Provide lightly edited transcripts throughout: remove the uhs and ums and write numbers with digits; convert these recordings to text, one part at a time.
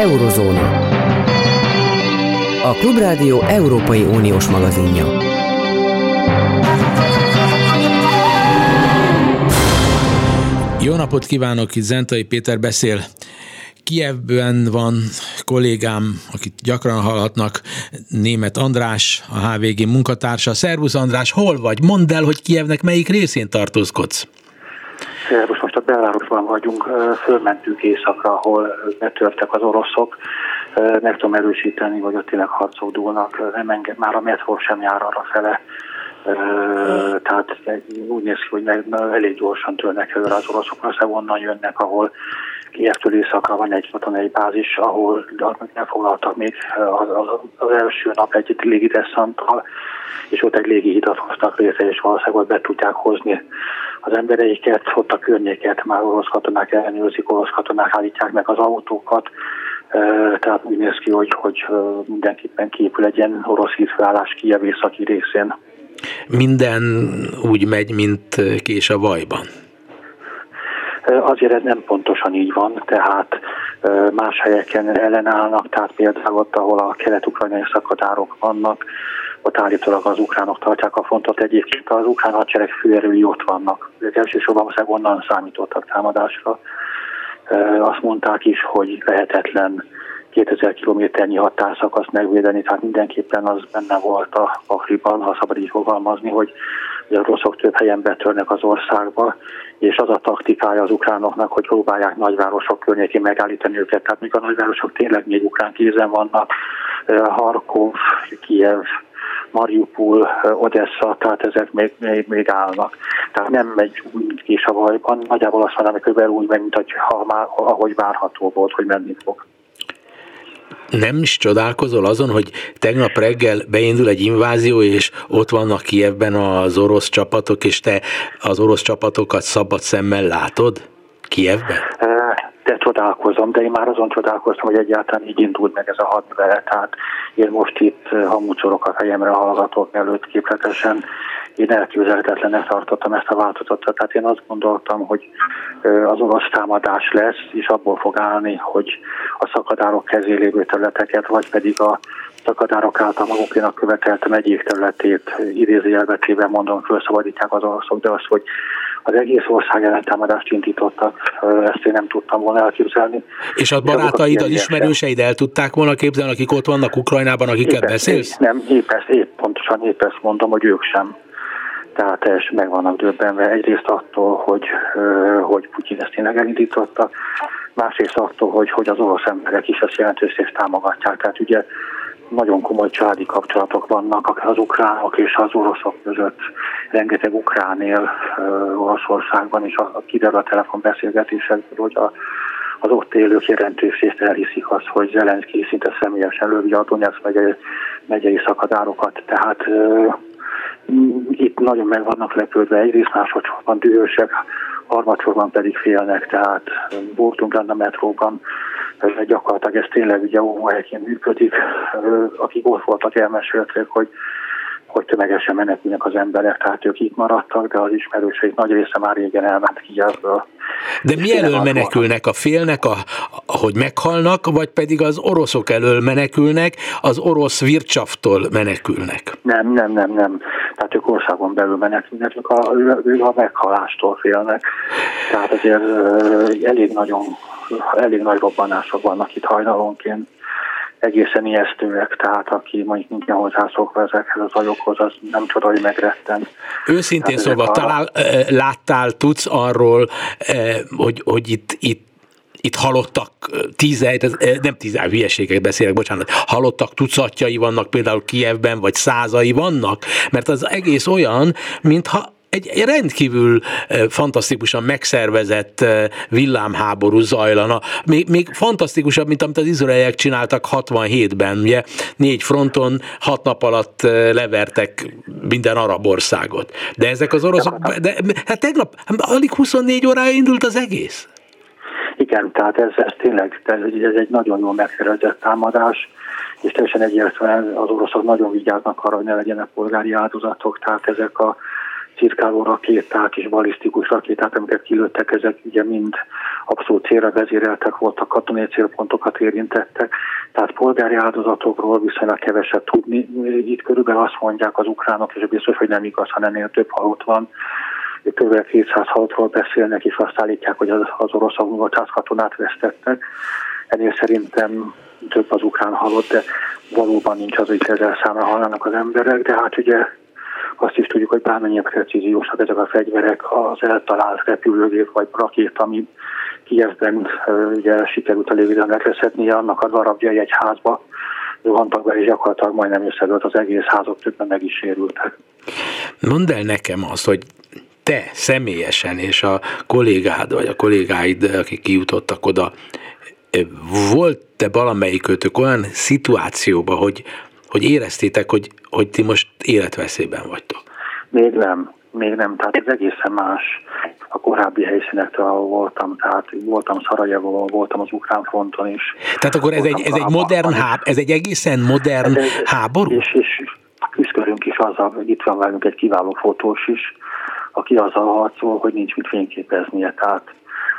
Eurozóna. A Klubrádió Európai Uniós magazinja. Jó napot kívánok, itt Zentai Péter beszél. Kijevben van kollégám, akit gyakran hallhatnak, Németh András, a HVG munkatársa. Szervusz András, hol vagy? Mondd el, hogy Kijevnek melyik részén tartózkodsz? Szervusz, most a belvárosban vagyunk, fölmentünk északra, ahol betörtek az oroszok. Meg tudom erősíteni, hogy ott tényleg harcok dúlnak, nem enged, már a metró sem jár arra fele. Tehát úgy néz ki, hogy elég gyorsan törnek előre az oroszok, aztán onnan jönnek, ahol Kijevtől északra van egy katonai bázis, ahol elfoglaltak még az első nap egy légideszanttal, és ott egy légihidat hoztak létre, és valószínűleg be tudják hozni az embereiket, ott a környéket már orosz katonák ellenőrzik, orosz katonák állítják meg az autókat, tehát úgy néz ki, hogy mindenképpen képül egy ilyen orosz hídfőállás Kijev északi részén. Minden úgy megy, mint kés a vajban. Azért ez nem pontosan így van, tehát más helyeken ellenállnak, tehát például ott, ahol a kelet-ukrajnai szakadárok vannak, ott állítólag az ukránok tartják a frontot, egyébként az ukrán hadsereg főerői ott vannak. Ők elsősorban onnan számítottak támadásra. Azt mondták is, hogy lehetetlen 2000 kilométernyi határszakaszt megvédeni, tehát mindenképpen az benne volt a pakliban, ha szabad így fogalmazni, hogy a oroszok több helyen betörnek az országba, és az a taktikája az ukránoknak, hogy próbálják nagyvárosok környékén megállítani őket. Tehát míg a nagyvárosok tényleg még ukrán kézen vannak, Harkov, Kijev, Mariupol, Odessa, tehát ezek még állnak. Tehát nem megy úgy kés a vajban, nagyjából azt mondanám, hogy kb. Úgy megy, mint ahogy várható volt, hogy menni fog. Nem is csodálkozol azon, hogy tegnap reggel beindul egy invázió, és ott vannak Kijevben az orosz csapatok, és te az orosz csapatokat szabad szemmel látod Kijevben? De csodálkozom, de én már azon csodálkoztam, hogy egyáltalán így indult meg ez a hadművelet. Tehát én most itt hamucorok a fejemre hallgatók előtt képletesen. Én elképzelhetetlennek tartottam ezt a változatot. Tehát én azt gondoltam, hogy az orosz támadás lesz, és abból fog állni, hogy a szakadárok kezén lévő területeket, vagy pedig a szakadárok által magukénak követelt megyék területét idézőjelvetében mondom, felszabadítják az oroszok, de az, hogy az egész ország ellen támadást indítottak, ezt én nem tudtam volna elképzelni. És a barátaid, az ismerőseid el tudták volna képzelni, akik ott vannak Ukrajnában, akikkel beszélsz? Nem, pontosan ezt mondom, hogy ők sem. Tehát meg vannak döbbenve egyrészt attól, hogy Putyin ezt tényleg elindította, másrészt attól, hogy az orosz emberek is ezt jelentős részt támogatják. Tehát ugye nagyon komoly családi kapcsolatok vannak az ukránok és az oroszok között. Rengeteg ukrán él Oroszországban, és kiderül a telefonbeszélgetésekből, hogy az ott élők jelentős részt elhiszik azt, hogy Zelenszkij szinte személyesen lövje a Donetsz megyei szakadárokat. Tehát itt nagyon meg vannak lepődve, egyrészt másodszorban dühösek, harmadsorban pedig félnek, tehát voltunk lenne a metróban, gyakorlatilag ez tényleg ugye óvóhelyként működik, akik ott voltak elmesélték, hogy tömegesen menekülnek az emberek, tehát ők itt maradtak, de az ismerőseik nagy része már régen elment Kijevből. De mi elől menekülnek? A félnek, hogy meghalnak, vagy pedig az oroszok elől menekülnek, az orosz Vircsavtól menekülnek? Nem. Tehát ők országon belül menekülnek, ők a meghalástól félnek. Tehát azért elég nagy robbanások vannak itt hajnalonként. Egészen ijesztőek, tehát aki mondjuk nincsen hozzászokva ezekhez az zajokhoz, az nem csoda, hogy megretten. Őszintén szóval tudsz arról, hogy itt halottak nem 10 hülyeségeket beszélek, bocsánat, halottak tucatjai vannak például Kijevben, vagy százai vannak, mert az egész olyan, mintha egy rendkívül fantasztikusan megszervezett villámháború zajlana. Még fantasztikusabb, mint amit az izraeliek csináltak 67-ben, ugye 4 fronton 6 nap alatt levertek minden arab országot. De ezek az oroszok, hát tegnap alig 24 órája indult az egész. Igen, tehát ez tényleg ez egy nagyon jól megszervezett támadás, és teljesen egyértelműen az oroszok nagyon vigyáznak arra, hogy ne legyenek polgári áldozatok, tehát ezek a cirkáló rakéták és balisztikus rakéták, amiket kilőttek, ezek ugye mind abszolút célra vezéreltek voltak, katonai célpontokat érintettek, tehát polgári áldozatokról viszonylag keveset tudni. Itt körülbelül azt mondják az ukránok, és biztos, hogy nem igaz, ha ennél több halott van. Kb. 200 halottról beszélnek, és azt állítják, hogy az oroszok 800 katonát vesztettek. Ennél szerintem több az ukrán halott, de valóban nincs az, hogy 1000 számra halnának az emberek, de hát ugye azt is tudjuk, hogy bármennyire precíziósak ezek a fegyverek, az eltalált repülőgép vagy rakéta, ami Kijevben ugye sikerült a légvédelmet leszednie, annak a darabjai egy házba rohantak be, és gyakorlatilag majdnem összedőlt az egész házok, többen meg is sérültek. Mondd el nekem azt, hogy te személyesen és a kollégád, vagy a kollégáid, akik kijutottak oda, volt-e valamelyikőtök olyan szituációban, hogy éreztétek, hogy ti most életveszélyben vagytok? Még nem, tehát ez egészen más. A korábbi helyszínektől, ahol voltam, tehát voltam Szarajevóban, voltam az ukrán fronton is. Tehát akkor ez egy modern ez egy egészen modern háború? És küzdkörünk is azzal, hogy itt van velünk egy kiváló fotós is, aki azzal harcol, hogy nincs mit fényképeznie, tehát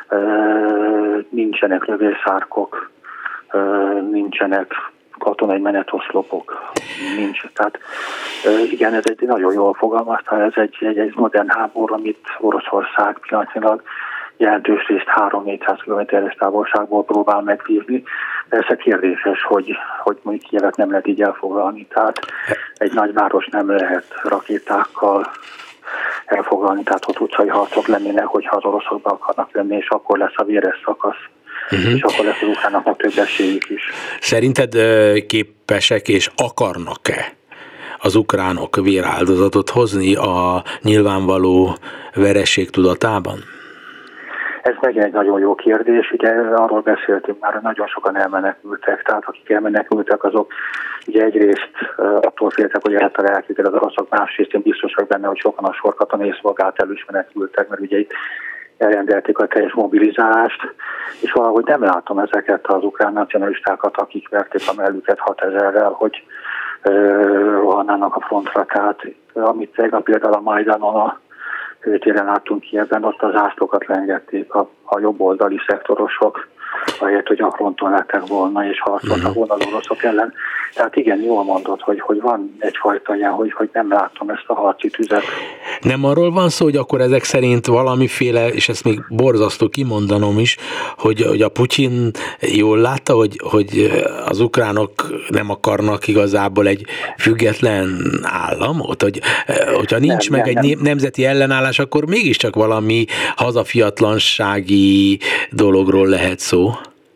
nincsenek lövélszárkok, nincsenek katonai menetoszlopok, nincs. Tehát igen, ez egy nagyon jól fogalmazta, ez egy modern háború, amit Oroszország pillanatnyilag jelentős részt 3-400 km-es távolságból próbál megvívni. Persze kérdéses, hogy mondjuk Kijevet nem lehet így elfoglalni, tehát egy nagyváros nem lehet rakétákkal elfoglalni, tehát ott utcai harcok lennének, hogyha az oroszok be akarnak jönni, és akkor lesz a véres szakasz. És akkor lesz az ukránoknak több esélyük is. Szerinted képesek és akarnak-e az ukránok véráldozatot hozni a nyilvánvaló veresség tudatában? Ez megint egy nagyon jó kérdés. Ugye arról beszéltünk már, hogy nagyon sokan elmenekültek, tehát akik elmenekültek, azok ugye egyrészt attól féltek, hogy eltalálják őket az oroszok, másrészt én biztos vagyok benne, hogy sokan a sorkatonai szolgálat elől is menekültek, mert ugye itt elrendelték a teljes mobilizálást, és valahogy nem látom ezeket az ukrán nacionalistákat, akik verték a mellüket 6000-rel, hogy rohannának a frontra. Tehát amit tegnap például a Majdanon a főtéren láttunk Kijevben, ott az zászlókat lengették a jobboldali szektorosok, ahelyett, hogy a fronton lettek volna, és harcoltak volna az oroszok ellen. Tehát igen, jól mondod, hogy van egyfajta ilyen, hogy nem látom ezt a harci tüzet. Nem arról van szó, hogy akkor ezek szerint valamiféle, és ezt még borzasztó kimondanom is, hogy a Putyin jól látta, hogy az ukránok nem akarnak igazából egy független államot, hogyha nincs meg egy nemzeti ellenállás, akkor mégiscsak valami hazafiatlansági dologról lehet szó.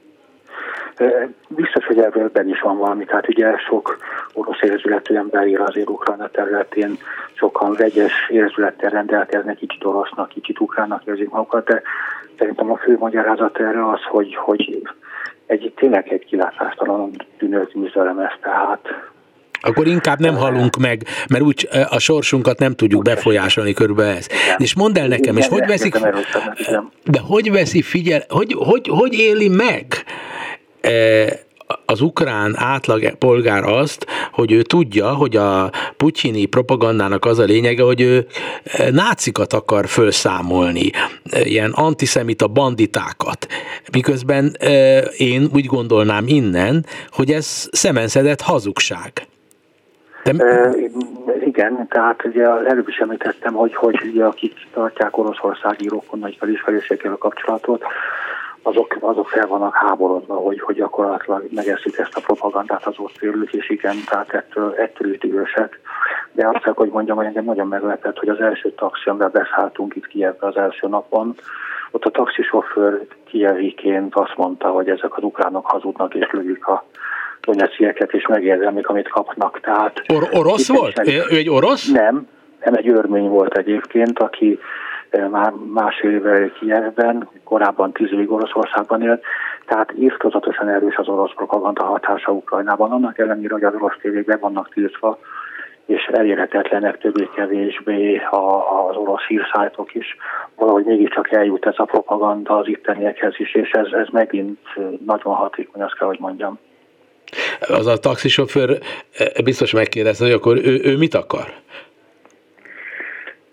Biztos, hogy ebben is van valami, tehát ugye sok orosz érzületű ember él azért Ukrajna területén, sokan vegyes érzülettel rendelkeznek, kicsit orosznak, kicsit ukránnak érzik magukat, de szerintem a fő magyarázat erre az, hogy tényleg egy kilátástalan tűnő küzdelem ez, tehát. Akkor inkább nem halunk meg, mert úgy a sorsunkat nem tudjuk befolyásolni körülbelül ezt. És mondd el nekem, és hogy veszik, de hogy veszi hogy éli meg az ukrán átlag polgár azt, hogy ő tudja, hogy a putyini propagandának az a lényege, hogy ő nácikat akar felszámolni, ilyen antiszemita banditákat. Miközben én úgy gondolnám innen, hogy ez szemenszedett hazugság. Igen, tehát ugye előbb is említettem, hogy ugye, akik tartják oroszországi rokonnaikkal és felségekkel a kapcsolatot, azok fel vannak háborodva, hogy gyakorlatilag megeszik ezt a propagandát az ott élők, és igen, tehát ettől dühösek. De azt kell, hogy mondjam, hogy engem nagyon meglepett, hogy az első taxi, amivel beszálltunk itt Kijevbe az első napon, ott a taxisofőr kijeviként azt mondta, hogy ezek az ukránok hazudnak és lövik a donyeциeket, és megérdemlik, amit kapnak. Tehát orosz volt? Ő egy orosz? Nem, egy örmény volt egyébként, aki már másfél éve Kijevben, korábban 10 évig Oroszországban élt, tehát írtózatosan erős az orosz propaganda hatása Ukrajnában, annak ellenére, hogy az orosz tévék be vannak tiltva, és elérhetetlenek többé-kevésbé az orosz hírszájtok is, valahogy mégiscsak eljut ez a propaganda az itteniekhez is, és ez megint nagyon hatékony, azt kell, hogy mondjam. Az a taxisofőr biztos megkérdezte, hogy akkor ő mit akar?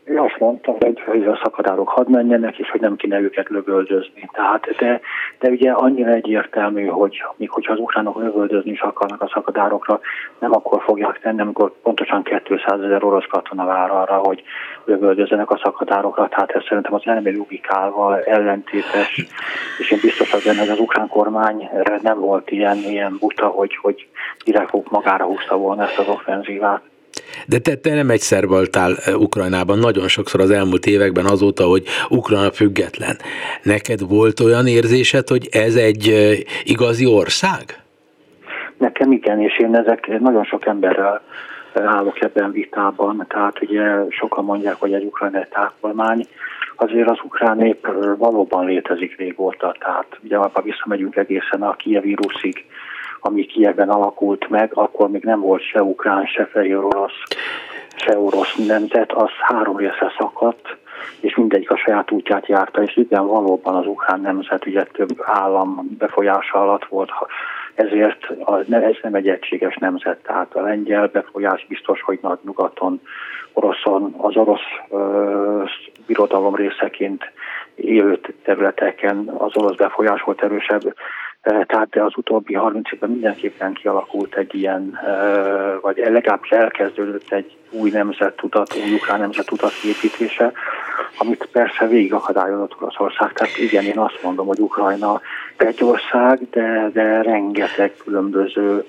Azt mondta, hogy a szakadárok hadd menjenek, és hogy nem kéne őket lövöldözni. Tehát, de ugye annyira egyértelmű, hogy még hogyha az ukránok lövöldözni is akarnak a szakadárokra, nem akkor fogják tenni, amikor pontosan 200 000 orosz katona vár arra, hogy lövöldözzenek a szakadárokra. Tehát ez szerintem az elméleti logikával ellentétes, és én biztos az benne, hogy az ukrán kormány nem volt ilyen buta, hogy direkt magára húzta volna ezt az offenzívát. De te nem egyszer voltál Ukrajnában, nagyon sokszor az elmúlt években azóta, hogy Ukrajna független. Neked volt olyan érzésed, hogy ez egy igazi ország? Nekem igen, és én nagyon sok emberrel állok ebben vitában, tehát ugye sokan mondják, hogy egy ukrajnai távolmány, azért az ukrán nép valóban létezik régóta, tehát ugye ha visszamegyünk egészen a Kijevi Ruszig, ami Kijevben alakult meg, akkor még nem volt se ukrán, se fehér orosz, se orosz nemzet, az 3 részre szakadt, és mindegyik a saját útját járta, és igen, valóban az ukrán nemzet ugye több állam befolyása alatt volt, ezért ez nem egy egységes nemzet, tehát a lengyel befolyás biztos, hogy nagy nyugaton, oroszon, az orosz birodalom részeként élő területeken az orosz befolyás volt erősebb, tehát az utóbbi 30 évben mindenképpen kialakult egy ilyen, vagy legalábbis elkezdődött egy új nemzettudat, új ukrán nemzettudat építése, amit persze végig akadályozott Oroszország. Tehát igen, én azt mondom, hogy Ukrajna egy ország, de rengeteg különböző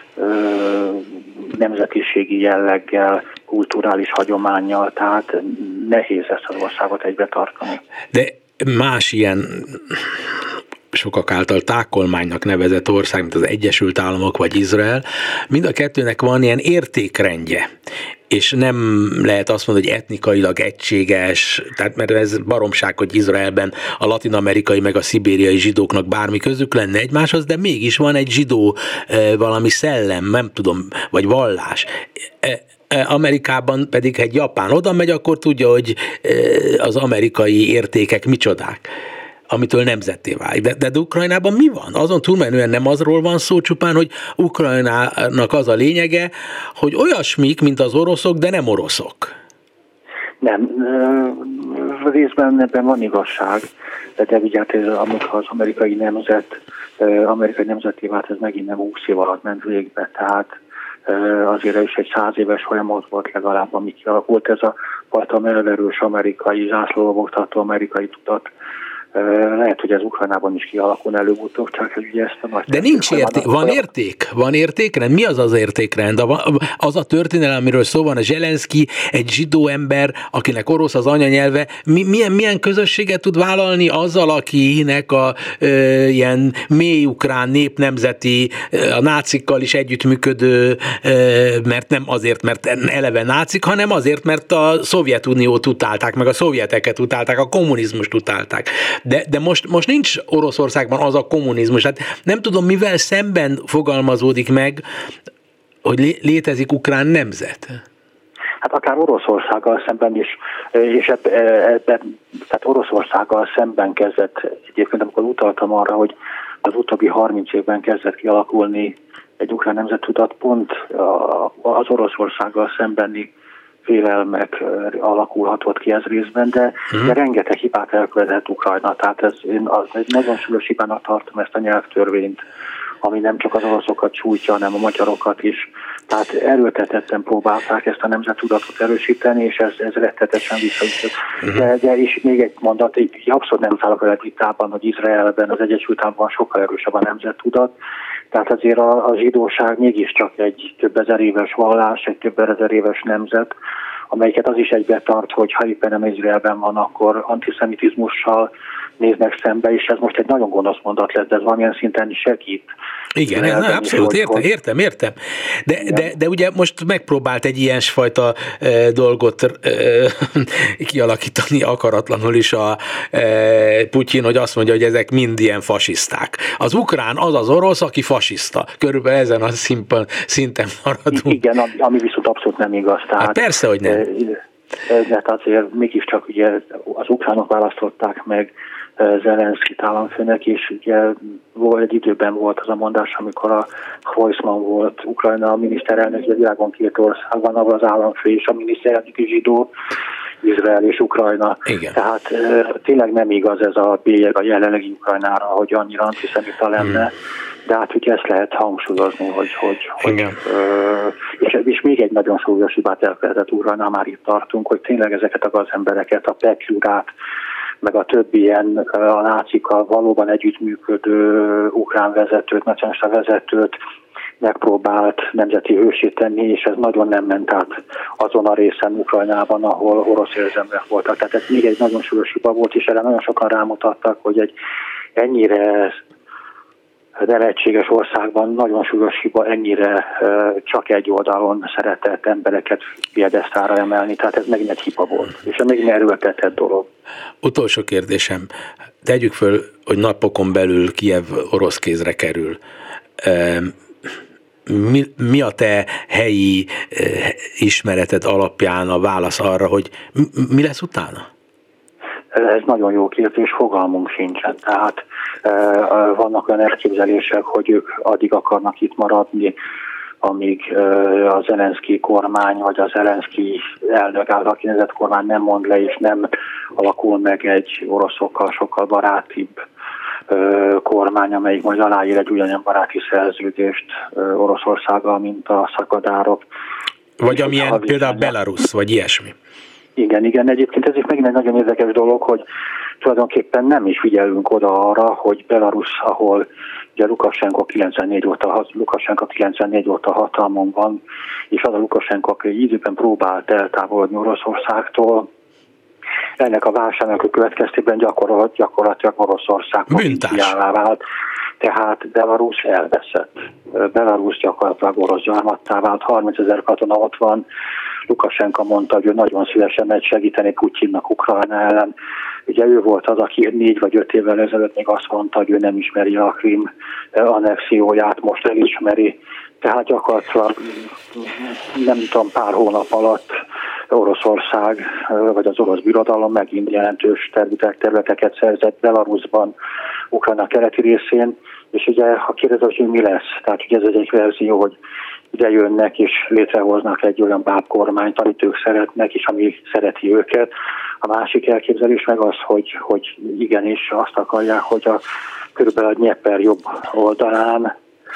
nemzetiségi jelleggel, kulturális hagyománnyal, tehát nehéz ezt az országot egybe tartani. De más ilyen sokak által tákolmánynak nevezett ország, mint az Egyesült Államok vagy Izrael, mind a kettőnek van ilyen értékrendje, és nem lehet azt mondani, hogy etnikailag egységes, tehát mert ez baromság, hogy Izraelben a latin-amerikai meg a szibériai zsidóknak bármi közük lenne egymáshoz, de mégis van egy zsidó valami szellem, nem tudom, vagy vallás. Amerikában pedig egy japán oda megy, akkor tudja, hogy az amerikai értékek micsodák, amitől nemzetté válik. De Ukrajnában mi van? Azon túlmenően nem azról van szó csupán, hogy Ukrajnának az a lényege, hogy olyasmik, mint az oroszok, de nem oroszok. Nem, részben ebben van igazság, de vigyázz, amikor az amerikai nemzeti vált, ez megint nem 20 év alatt ment végbe, tehát azért is egy 100 éves folyamat volt legalább, ami kialakult ez a fajta mellerős amerikai zászlólobogtató amerikai tudat. Lehet, hogy ez Ukrajnában is kialakul előbb-utóbb, csak ugye ezt a nagy... De nincs van érték? Van értékrend? Mi az az értékrend? Az a történelem, amiről szó van, a Zelenszky, egy zsidó ember, akinek orosz az anyanyelve, milyen közösséget tud vállalni azzal, akinek ilyen mély ukrán népnemzeti, a nácikkal is együttműködő, mert nem azért, mert eleve nácik, hanem azért, mert a Szovjetuniót utálták, meg a szovjeteket utálták, a kommunizmust utálták. De most nincs Oroszországban az a kommunizmus. Hát nem tudom, mivel szemben fogalmazódik meg, hogy létezik ukrán nemzet. Hát akár Oroszországgal szemben is, és tehát Oroszországgal szemben kezdett, egyébként amikor utaltam arra, hogy az utóbbi 30 évben kezdett kialakulni egy ukrán nemzettudat, pont az Oroszországgal szembeni félelmek alakulhatott ki ez részben, de rengeteg hibát elkövetett Ukrajna. Tehát én nagyon súlyos hibának tartom ezt a nyelvtörvényt, ami nem csak az oroszokat sújtja, hanem a magyarokat is. Tehát erőltetetten próbálták ezt a nemzettudatot erősíteni, és ez rettetesen visszaütött. De is még egy mondat, így abszolút nem szállok vele vitában, hogy Izraelben, az Egyesült Államokban sokkal erősebb a nemzettudat. Tehát azért a zsidóság mégiscsak egy több ezer éves vallás, egy több ezer éves nemzet, amelyiket az is egybe tart, hogy ha éppen nem Izraelben van, akkor antiszemitizmussal néznek szembe, és ez most egy nagyon gonosz mondat lett, de ez valamilyen szinten is segít. Igen, abszolút, értem. De ugye most megpróbált egy ilyesfajta dolgot kialakítani akaratlanul is a Putyin, hogy azt mondja, hogy ezek mind ilyen fasiszták. Az ukrán az az orosz, aki fasiszta. Körülbelül ezen a szinten maradunk. Igen, ami viszont abszolút nem igaz. Tehát, hát persze, hogy nem. De azért mégiscsak ugye az ukránok választották meg Zelenszkit államfőnek, és ugye egy időben volt az a mondás, amikor a Groisman volt Ukrajna miniszterelnök, a világon 2 ország van, ahol az államfő és a miniszterelnök zsidó, Izrael és Ukrajna. Igen. Tehát tényleg nem igaz ez a bélyeg a jelenlegi Ukrajnára, hogy annyira antiszemita lenne, de hát ugye ezt lehet hangsúlyozni, hogy és még egy nagyon súlyos hibát elkövetett Ukrajna, már itt tartunk, hogy tényleg ezeket a gazembereket, a Petyurát, meg a többi ilyen a nácikkal valóban együttműködő ukrán vezetőt, nacionalista vezetőt megpróbált nemzeti hősét tenni, és ez nagyon nem ment át azon a részen Ukrajnában, ahol orosz érzeműek voltak. Tehát ez még egy nagyon súlyos hiba volt, és erre nagyon sokan rámutattak, hogy egy ennyire nevetséges országban nagyon súlyos hiba ennyire csak egy oldalon szeretett embereket piedesztára emelni, tehát ez megint egy hiba volt, és ez megint erőltetett dolog. Utolsó kérdésem, tegyük föl, hogy napokon belül Kijev orosz kézre kerül. Mi a te helyi ismereted alapján a válasz arra, hogy mi lesz utána? Ez nagyon jó kérdés, fogalmunk sincsen. Tehát vannak olyan elképzelések, hogy ők addig akarnak itt maradni, amíg a Zelenszky kormány, vagy a Zelenszky elnök által kinevezett kormány nem mond le, és nem alakul meg egy oroszokkal sokkal barátibb kormány, amelyik majd aláír egy ugyanilyen baráti szerződést Oroszországgal, mint a szakadárok. Vagy amilyen például Belarus, vagy ilyesmi. Igen. Egyébként ez is megint egy nagyon érdekes dolog, hogy tulajdonképpen nem is figyelünk oda arra, hogy Belarus, ahol ugye Lukasenko 94 óta hatalmon van, és az a Lukasenko, aki időben próbált eltávolodni Oroszországtól, ennek a válságnak a következtében gyakorlatilag Oroszország provinciává vált. Tehát Belarus elveszett. Belarus gyakorlatilag orosz gyarmattá vált, 30 000 katona ott van. Lukasenko mondta, hogy ő nagyon szívesen megy segíteni Putyinnak Ukrajna ellen. Ugye ő volt az, aki 4 vagy 5 évvel ezelőtt még azt mondta, hogy ő nem ismeri a Krím annexióját, most elismeri. Tehát gyakorlatilag nem tudom, pár hónap alatt Oroszország, vagy az orosz birodalom megint jelentős területeket szerzett Belarusban, Ukrajna keleti részén, és ugye ha kérdezed, hogy mi lesz, tehát ugye ez egy verzió, hogy ide jönnek és létrehoznak egy olyan bábkormányt, amit ők szeretnek, és ami szereti őket. A másik elképzelés meg az, hogy igenis azt akarják, hogy körülbelül a Dnyeper jobb oldalán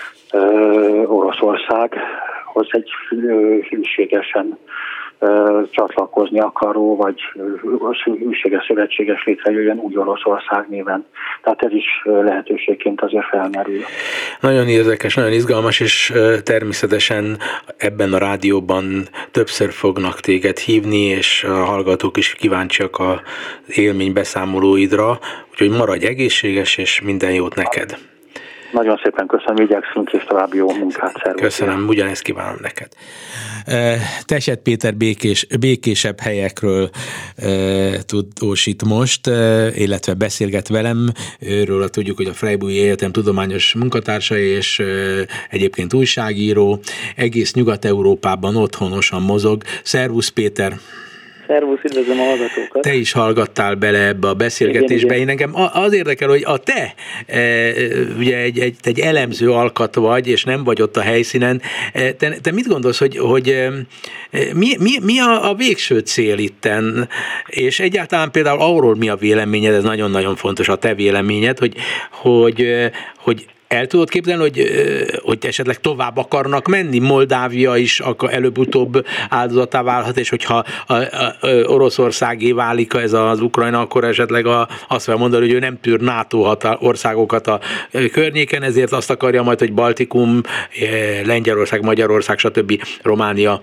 Oroszországhoz egy hűségesen csatlakozni akaró, vagy hűséges szövetséges létrejöjjön úgy Oroszország néven. Tehát ez is lehetőségként azért felmerül. Nagyon érdekes, nagyon izgalmas, és természetesen ebben a rádióban többször fognak téged hívni, és a hallgatók is kíváncsiak az élmény beszámolóidra, úgyhogy maradj egészséges, és minden jót neked. Nagyon szépen köszönöm, igyekszünk, és további jó munkát, szervusz. Köszönöm, ugyanezt kívánom neked. Tesett Péter békésebb helyekről tudósít most, illetve beszélget velem. Őről tudjuk, hogy a Freiburgi Egyetem tudományos munkatársa és egyébként újságíró. Egész Nyugat-Európában otthonosan mozog. Szervusz Péter! Szervusz, üdvözlöm a hallgatókat. Te is hallgattál bele ebbe a beszélgetésbe. Igen. Én engem az érdekel, hogy a te ugye egy elemző alkat vagy, és nem vagy ott a helyszínen. Te mit gondolsz, hogy mi a végső cél itten? És egyáltalán például arról mi a véleményed, ez nagyon-nagyon fontos a te véleményed, hogy el tudod képzelni, hogy esetleg tovább akarnak menni? Moldávia is előbb-utóbb áldozatá válhat, és hogyha Oroszországé válik ez az Ukrajna, akkor esetleg azt kell mondani, hogy ő nem tűr NATO országokat a környéken, ezért azt akarja majd, hogy Baltikum, Lengyelország, Magyarország, stb. Románia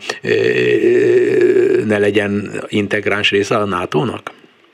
ne legyen integráns része a NATO-nak?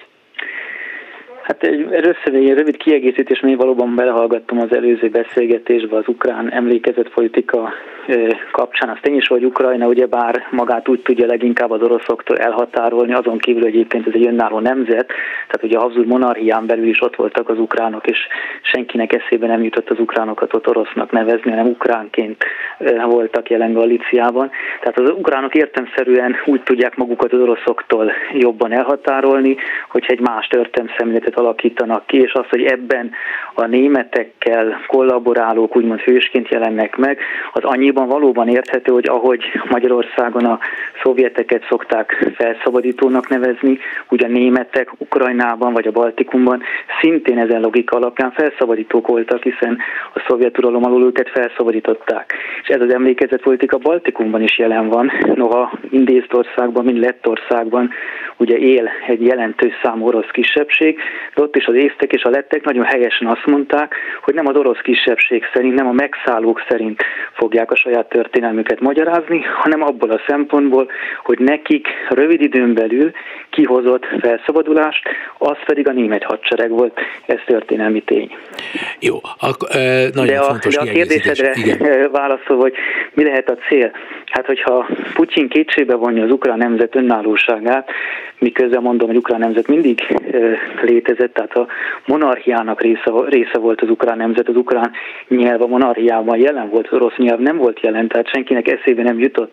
Hát egy rövid kiegészítés, mert valóban belehallgattam az előző beszélgetésbe az ukrán emlékezetpolitika kapcsán. Az tény is, hogy Ukrajna ugyebár magát úgy tudja leginkább az oroszoktól elhatárolni, azon kívül egyébként ez egy önálló nemzet, tehát ugye a Habsburg monarchián belül is ott voltak az ukránok, és senkinek eszébe nem jutott az ukránokat ott orosznak nevezni, hanem ukránként voltak jelen Galíciában. Tehát az ukránok értelemszerűen úgy tudják magukat az oroszoktól jobban elhatárolni, hogyha egy más történelmi szemléletet alakítanak ki, és az, hogy ebben a németekkel kollaborálók úgymond hősként jelennek meg, az annyiban valóban érthető, hogy ahogy Magyarországon a szovjeteket szokták felszabadítónak nevezni, úgy a németek Ukrajnában vagy a Baltikumban szintén ezen logika alapján felszabadítók voltak, hiszen a szovjet uralom alól őket felszabadították. És ez az emlékezetpolitika Baltikumban is jelen van, noha mind Észtországban, mind Lettországban ugye él egy jelentős számú orosz kisebbség, de ott is az észtek és a lettek nagyon helyesen azt mondták, hogy nem az orosz kisebbség szerint, nem a megszállók szerint fogják a saját történelmüket magyarázni, hanem abból a szempontból, hogy nekik rövid időn belül kihozott felszabadulást, az pedig a német hadsereg volt, ez történelmi tény. Jó, nagyon fontos de a kérdésedre válaszol, hogy mi lehet a cél? Hát, hogyha Putyin kétségbe vonja az ukrán nemzet önállóságát, miközben mondom, hogy ukrán nemzet mindig létezett, tehát a monarchiának része volt az ukrán nemzet, az ukrán nyelv a monarchiában jelen volt, az orosz nyelv nem volt jelen, tehát senkinek eszébe nem jutott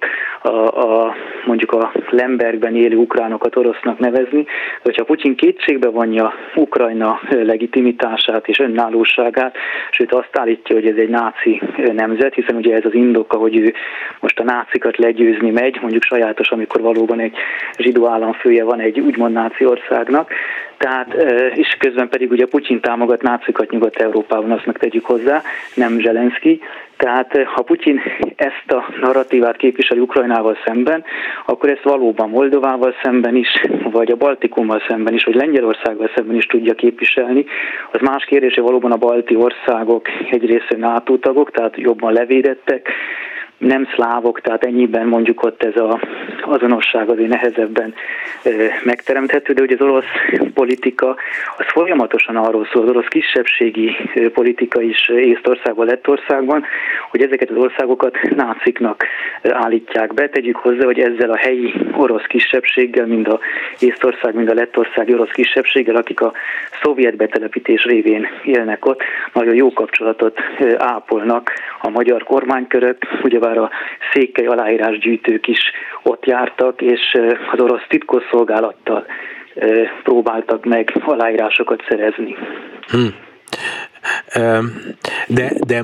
mondjuk a Lembergben élő ukránokat orosznak nevezni, de hogyha Putyin kétségbe vonja Ukrajna legitimitását és önállóságát, sőt azt állítja, hogy ez egy náci nemzet, hiszen ugye ez az indoka, hogy ő most a nácikat legyőzni megy, mondjuk sajátos, amikor valóban egy zsidó államfője van egy úgymond náci országnak, tehát, és közben pedig ugye Putyin támogat nácikat Nyugat-Európában, azt meg tegyük hozzá, nem Zelenszky. Tehát ha Putyin ezt a narratívát képviseli Ukrajnával szemben, akkor ezt valóban Moldovával szemben is, vagy a Baltikummal szemben is, vagy Lengyelországgal szemben is tudja képviselni. Az más kérdés, hogy valóban a balti országok egyrészt NATO tagok, tehát jobban levédettek, nem szlávok, tehát ennyiben mondjuk ott ez az azonosság azért nehezebben megteremthető, de ugye az orosz politika az folyamatosan arról szól, az orosz kisebbségi politika is Észtországban, Lettországban, hogy ezeket az országokat náciknak állítják be. Tegyük hozzá, hogy ezzel a helyi orosz kisebbséggel, mind a Észtország, mind a lettországi orosz kisebbséggel, akik a szovjet betelepítés révén élnek ott, nagyon jó kapcsolatot ápolnak a magyar kormánykörök, ugyebár a székely aláírásgyűjtők is ott jártak, és az orosz titkosszolgálattal próbáltak meg aláírásokat szerezni. De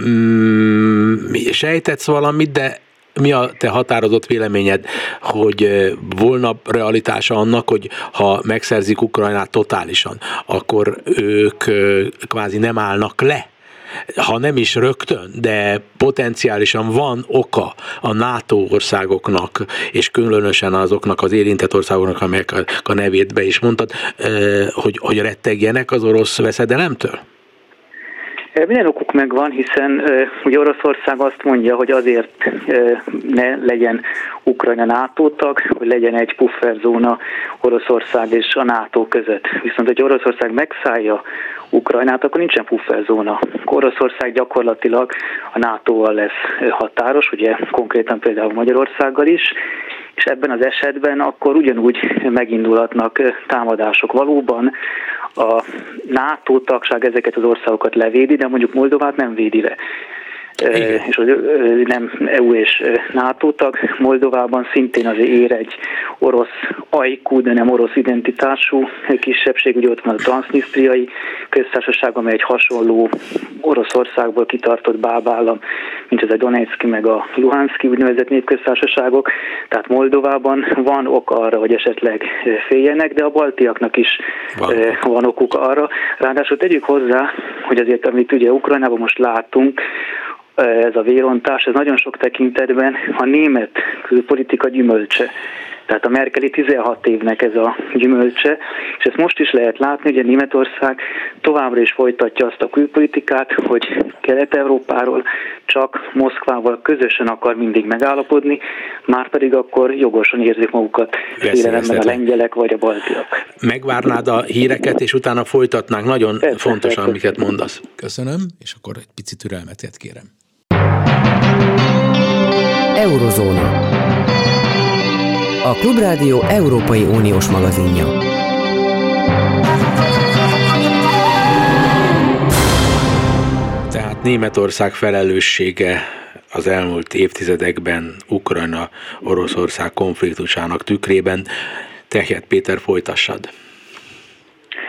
sejtetsz valamit, de mi a te határozott véleményed, hogy volna realitása annak, hogy ha megszerzik Ukrajnát totálisan, akkor ők kvázi nem állnak le? Ha nem is rögtön, de potenciálisan van oka a NATO országoknak, és különösen azoknak az érintett országoknak, amelyek a nevét be is mondtad, hogy rettegjenek az orosz veszedelemtől? Minden okuk megvan, hiszen ugye Oroszország azt mondja, hogy azért ne legyen Ukrajna NATO tag, hogy legyen egy pufferzóna Oroszország és a NATO között. Viszont, hogy Oroszország megszállja Ukrajnát, akkor nincsen pufferzóna. Oroszország gyakorlatilag a NATO-val lesz határos, ugye konkrétan például Magyarországgal is, és ebben az esetben akkor ugyanúgy megindulhatnak támadások. Valóban a NATO tagság ezeket az országokat levédi, de mondjuk Moldovát nem védi le. És nem EU és NATO tag. Moldovában szintén azért ér egy orosz ajkú, de nem orosz identitású kisebbség, ugye ott van a transznisztriai köztársaság, amely egy hasonló Oroszországból kitartott bábállam, mint ez a Donetszki meg a Luhanszki úgynevezett népköztársaságok. Tehát Moldovában van ok arra, hogy esetleg féljenek, de a baltiaknak is van okuk arra. Ráadásul tegyük hozzá, hogy azért, amit ugye Ukrajnában most látunk, ez a vérontás, ez nagyon sok tekintetben a német külpolitika gyümölcse. Tehát a merkeli 16 évnek ez a gyümölcse, és ezt most is lehet látni, hogy a Németország továbbra is folytatja azt a külpolitikát, hogy Kelet-Európáról csak Moszkvával közösen akar mindig megállapodni, márpedig akkor jogosan érzik magukat félelemben a lengyelek vagy a baltiak. Megvárnád a híreket, és utána folytatnánk. Nagyon fontos, amiket mondasz. Köszönöm, és akkor egy pici türelmet kérem. Eurozóna. A Klubrádió Európai Uniós magazinja. Tehát Németország felelőssége az elmúlt évtizedekben Ukrajna-Oroszország konfliktusának tükrében. Tehet Péter, folytassad.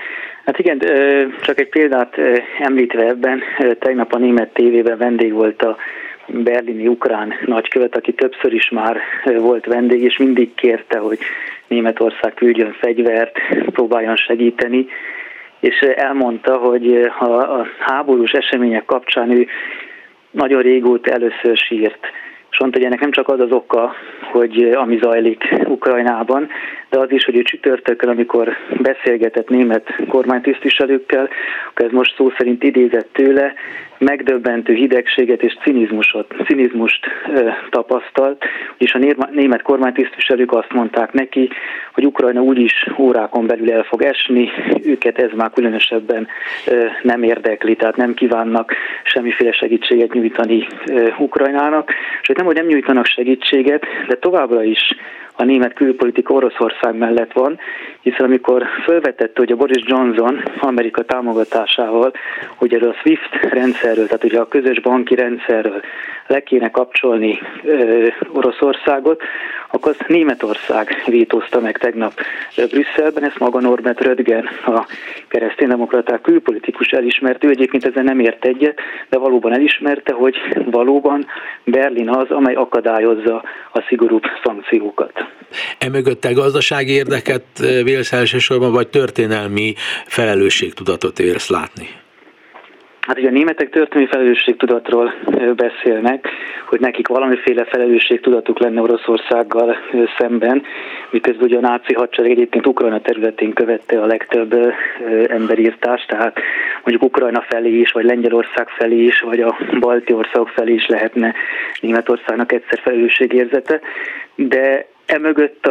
Hát igen, csak egy példát említve ebben, tegnap a német tévében vendég volt a berlini ukrán nagykövet, aki többször is már volt vendég, és mindig kérte, hogy Németország küldjön fegyvert, próbáljon segíteni, és elmondta, hogy a háborús események kapcsán ő nagyon régóta először sírt. És mondta, hogy ennek nem csak az az oka, hogy ami zajlik Ukrajnában, de az is, hogy ő csütörtökön, amikor beszélgetett német kormánytisztviselőkkel, akkor ez most szó szerint idézett tőle, megdöbbentő hidegséget és cinizmust tapasztalt, és a német kormánytisztviselők azt mondták neki, hogy Ukrajna úgyis órákon belül el fog esni, őket ez már különösebben nem érdekli, tehát nem kívánnak semmiféle segítséget nyújtani Ukrajnának, és hogy nem nyújtanak segítséget, de továbbra is a német külpolitika Oroszország mellett van, hiszen amikor felvetette, hogy a Boris Johnson Amerika támogatásával, hogy erről a SWIFT rendszerről, tehát ugye a közös banki rendszerről le kéne kapcsolni Oroszországot, akkor azt Németország vétózta meg tegnap Brüsszelben, ezt maga Norbert Röttgen, a kereszténydemokraták külpolitikus elismerte, ő egyébként ezzel nem ért egyet, de valóban elismerte, hogy valóban Berlin az, amely akadályozza a szigorúbb szankciókat. Emögött gazdasági érdeket vélsz elsősorban, vagy történelmi felelősségtudatot vélsz látni? Hát ugye a németek történelmi felelősségtudatról beszélnek, hogy nekik valamiféle felelősségtudatuk lenne Oroszországgal szemben, miközben ugye a náci hadsereg egyébként Ukrajna területén követte a legtöbb emberírtást, tehát mondjuk Ukrajna felé is, vagy Lengyelország felé is, vagy a balti országok felé is lehetne Németországnak egyszer felelősségérzete, de emögött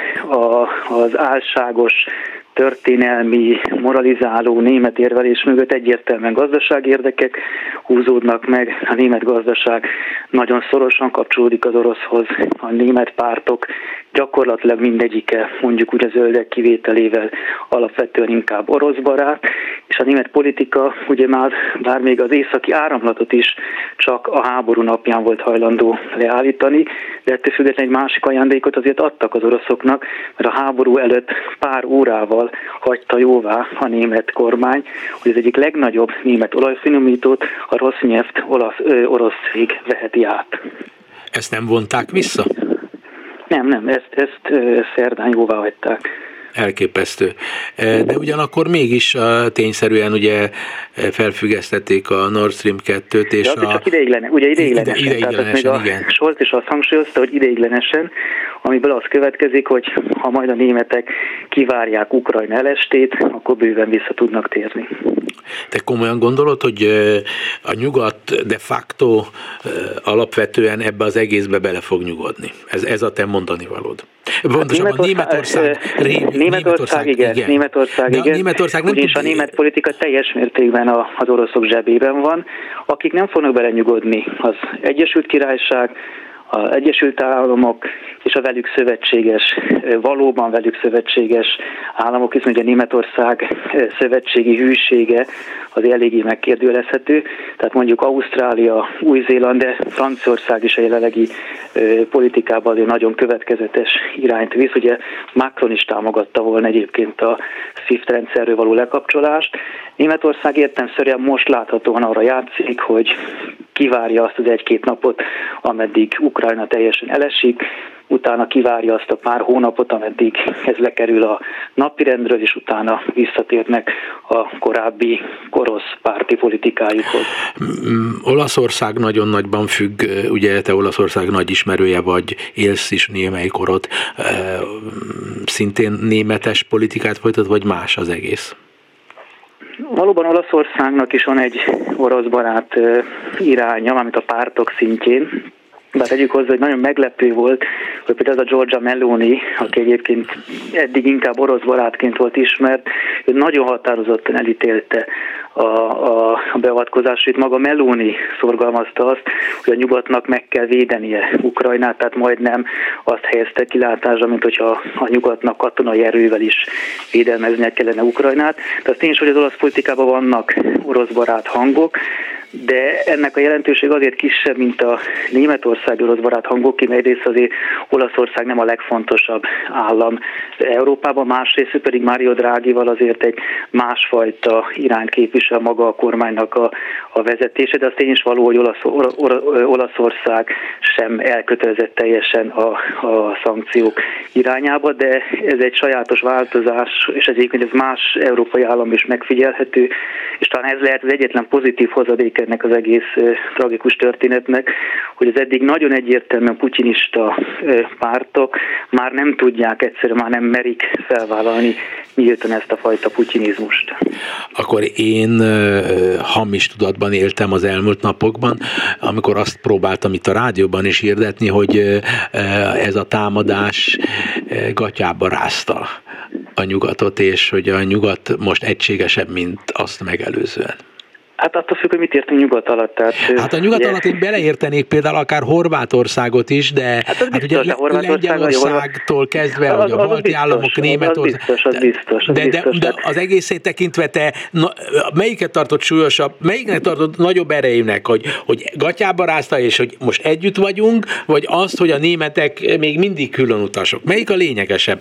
az álságos történelmi, moralizáló német érvelés mögött egyértelműen gazdasági érdekek húzódnak meg. A német gazdaság nagyon szorosan kapcsolódik az oroszhoz. A német pártok gyakorlatilag mindegyike, mondjuk úgy a zöldek kivételével alapvetően inkább orosz barát, és a német politika ugye bár még az északi áramlatot is csak a háború napján volt hajlandó leállítani, de ettől függetlenül egy másik ajándékot azért adtak az oroszoknak, mert a háború előtt pár órával hagyta jóvá a német kormány, hogy az egyik legnagyobb német olajfinomítót, a Rosneft orosz cég veheti át. Ezt nem vonták vissza? Nem, ezt szerdán jóvá hagyták. Elképesztő. De ugyanakkor mégis tényszerűen ugye felfüggesztették a Nord Stream 2-t, és csak ideiglenesen. Tehát még a Scholz is azt hangsúlyozta, hogy ideiglenesen, amiből az következik, hogy ha majd a németek kivárják Ukrajna elestét, akkor bőven vissza tudnak térni. Te komolyan gondolod, hogy a nyugat de facto alapvetően ebbe az egészbe bele fog nyugodni? Ez a te mondani valód. Pontosabban Németország igen. Németország nem ugyanis a német politika teljes mértékben az oroszok zsebében van. Akik nem fognak belenyugodni, az Egyesült Királyság, az Egyesült Államok és a valóban velük szövetséges államok, hiszen ugye Németország szövetségi hűsége az eléggé megkérdőjelezhető, tehát mondjuk Ausztrália, Új-Zéland, de Franciaország is a jelenlegi politikában nagyon következetes irányt visz. Ugye Macron is támogatta volna egyébként a SWIFT rendszerről való lekapcsolást. Németország értelemszerűen most láthatóan arra játszik, hogy kivárja azt az egy-két napot, ameddig Ukrajna teljesen elesik, utána kivárja azt a pár hónapot, ameddig ez lekerül a napirendről, és utána visszatérnek a korábbi orosz párti politikájukhoz. Olaszország nagyon nagyban függ, ugye te Olaszország nagy ismerője vagy, élsz is némelyik orot, szintén németes politikát folytat, vagy más az egész? Valóban Olaszországnak is van egy orosz barát iránya, amit a pártok szintjén. Bár tegyük hozzá, hogy nagyon meglepő volt, hogy például az a Giorgia Meloni, aki egyébként eddig inkább orosz barátként volt ismert, ő nagyon határozottan elítélte a beavatkozást. Itt maga Meloni szorgalmazta azt, hogy a nyugatnak meg kell védenie Ukrajnát, tehát majdnem azt helyezte kilátásra, mint hogyha a nyugatnak katonai erővel is védelmeznie kellene Ukrajnát. Tehát tény is, hogy az olasz politikában vannak orosz barát hangok, de ennek a jelentőség azért kisebb, mint a Németország orosz barát hangok, ki egyrészt azért Olaszország nem a legfontosabb állam Európában, másrészt pedig Mario Draghival azért egy másfajta irányt képvisel maga a kormánynak a vezetése, de az tény is való, hogy Olaszország sem elkötelezett teljesen a szankciók irányába, de ez egy sajátos változás, és egyébként ez más európai állam is megfigyelhető, és talán ez lehet az egyetlen pozitív hozadék ennek az egész tragikus történetnek, hogy az eddig nagyon egyértelműen putyinista pártok már nem tudják, egyszerűen már nem merik felvállalni nyíltan ezt a fajta putyinizmust. Akkor én hamis tudatban éltem az elmúlt napokban, amikor azt próbáltam itt a rádióban is hirdetni, hogy ez a támadás gatyába rázta a nyugatot, és hogy a nyugat most egységesebb, mint azt megelőzően. Hát attól függ, hogy mit értünk nyugat alatt. Tehát, hát a nyugat alatt én beleértenék például akár Horvátországot is, de hát ugye Lengyelországtól kezdve, hogy a balti államok, Németország. Az biztos. De az egészét tekintve te melyiket tartott súlyosabb, melyiknek tartott nagyobb erejűnek, hogy gatyába rázta, és hogy most együtt vagyunk, vagy azt, hogy a németek még mindig külön utasok? Melyik a lényegesebb?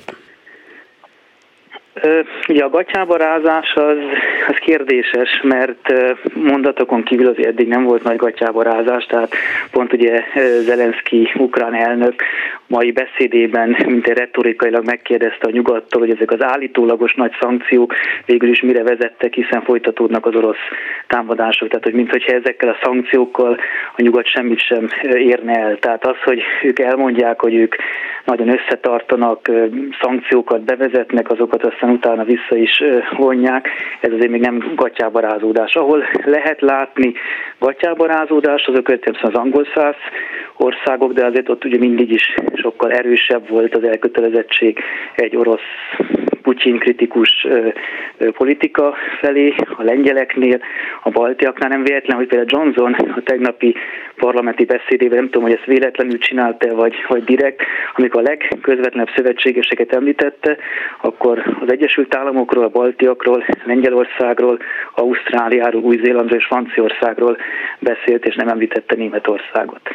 Ugye a gatyába rázás az kérdéses, mert mondatokon kívül azért eddig nem volt nagy gatyába rázás, tehát pont ugye Zelenszky ukrán elnök mai beszédében, mint egy retorikailag megkérdezte a nyugattól, hogy ezek az állítólagos nagy szankciók végül is mire vezettek, hiszen folytatódnak az orosz támadások, tehát hogy minthogyha ezekkel a szankciókkal a nyugat semmit sem érne el. Tehát az, hogy ők elmondják, hogy ők nagyon összetartanak, szankciókat bevezetnek, azokat aztán utána vissza is vonják, ez azért még nem gatyábarázódás. Ahol lehet látni gatyábarázódás, azok az angolszász országok, de azért ott ugye mindig is sokkal erősebb volt az elkötelezettség egy orosz Putyin kritikus politika felé, a lengyeleknél, a baltiaknál. Nem véletlen, hogy például Johnson a tegnapi parlamenti beszédében, nem tudom, hogy ezt véletlenül csinálta, vagy direkt, amikor a legközvetlenebb szövetségeseket említette, akkor az Egyesült Államokról, a baltiakról, Lengyelországról, Ausztráliáról, Új-Zélandról és Franciaországról beszélt, és nem említette Németországot.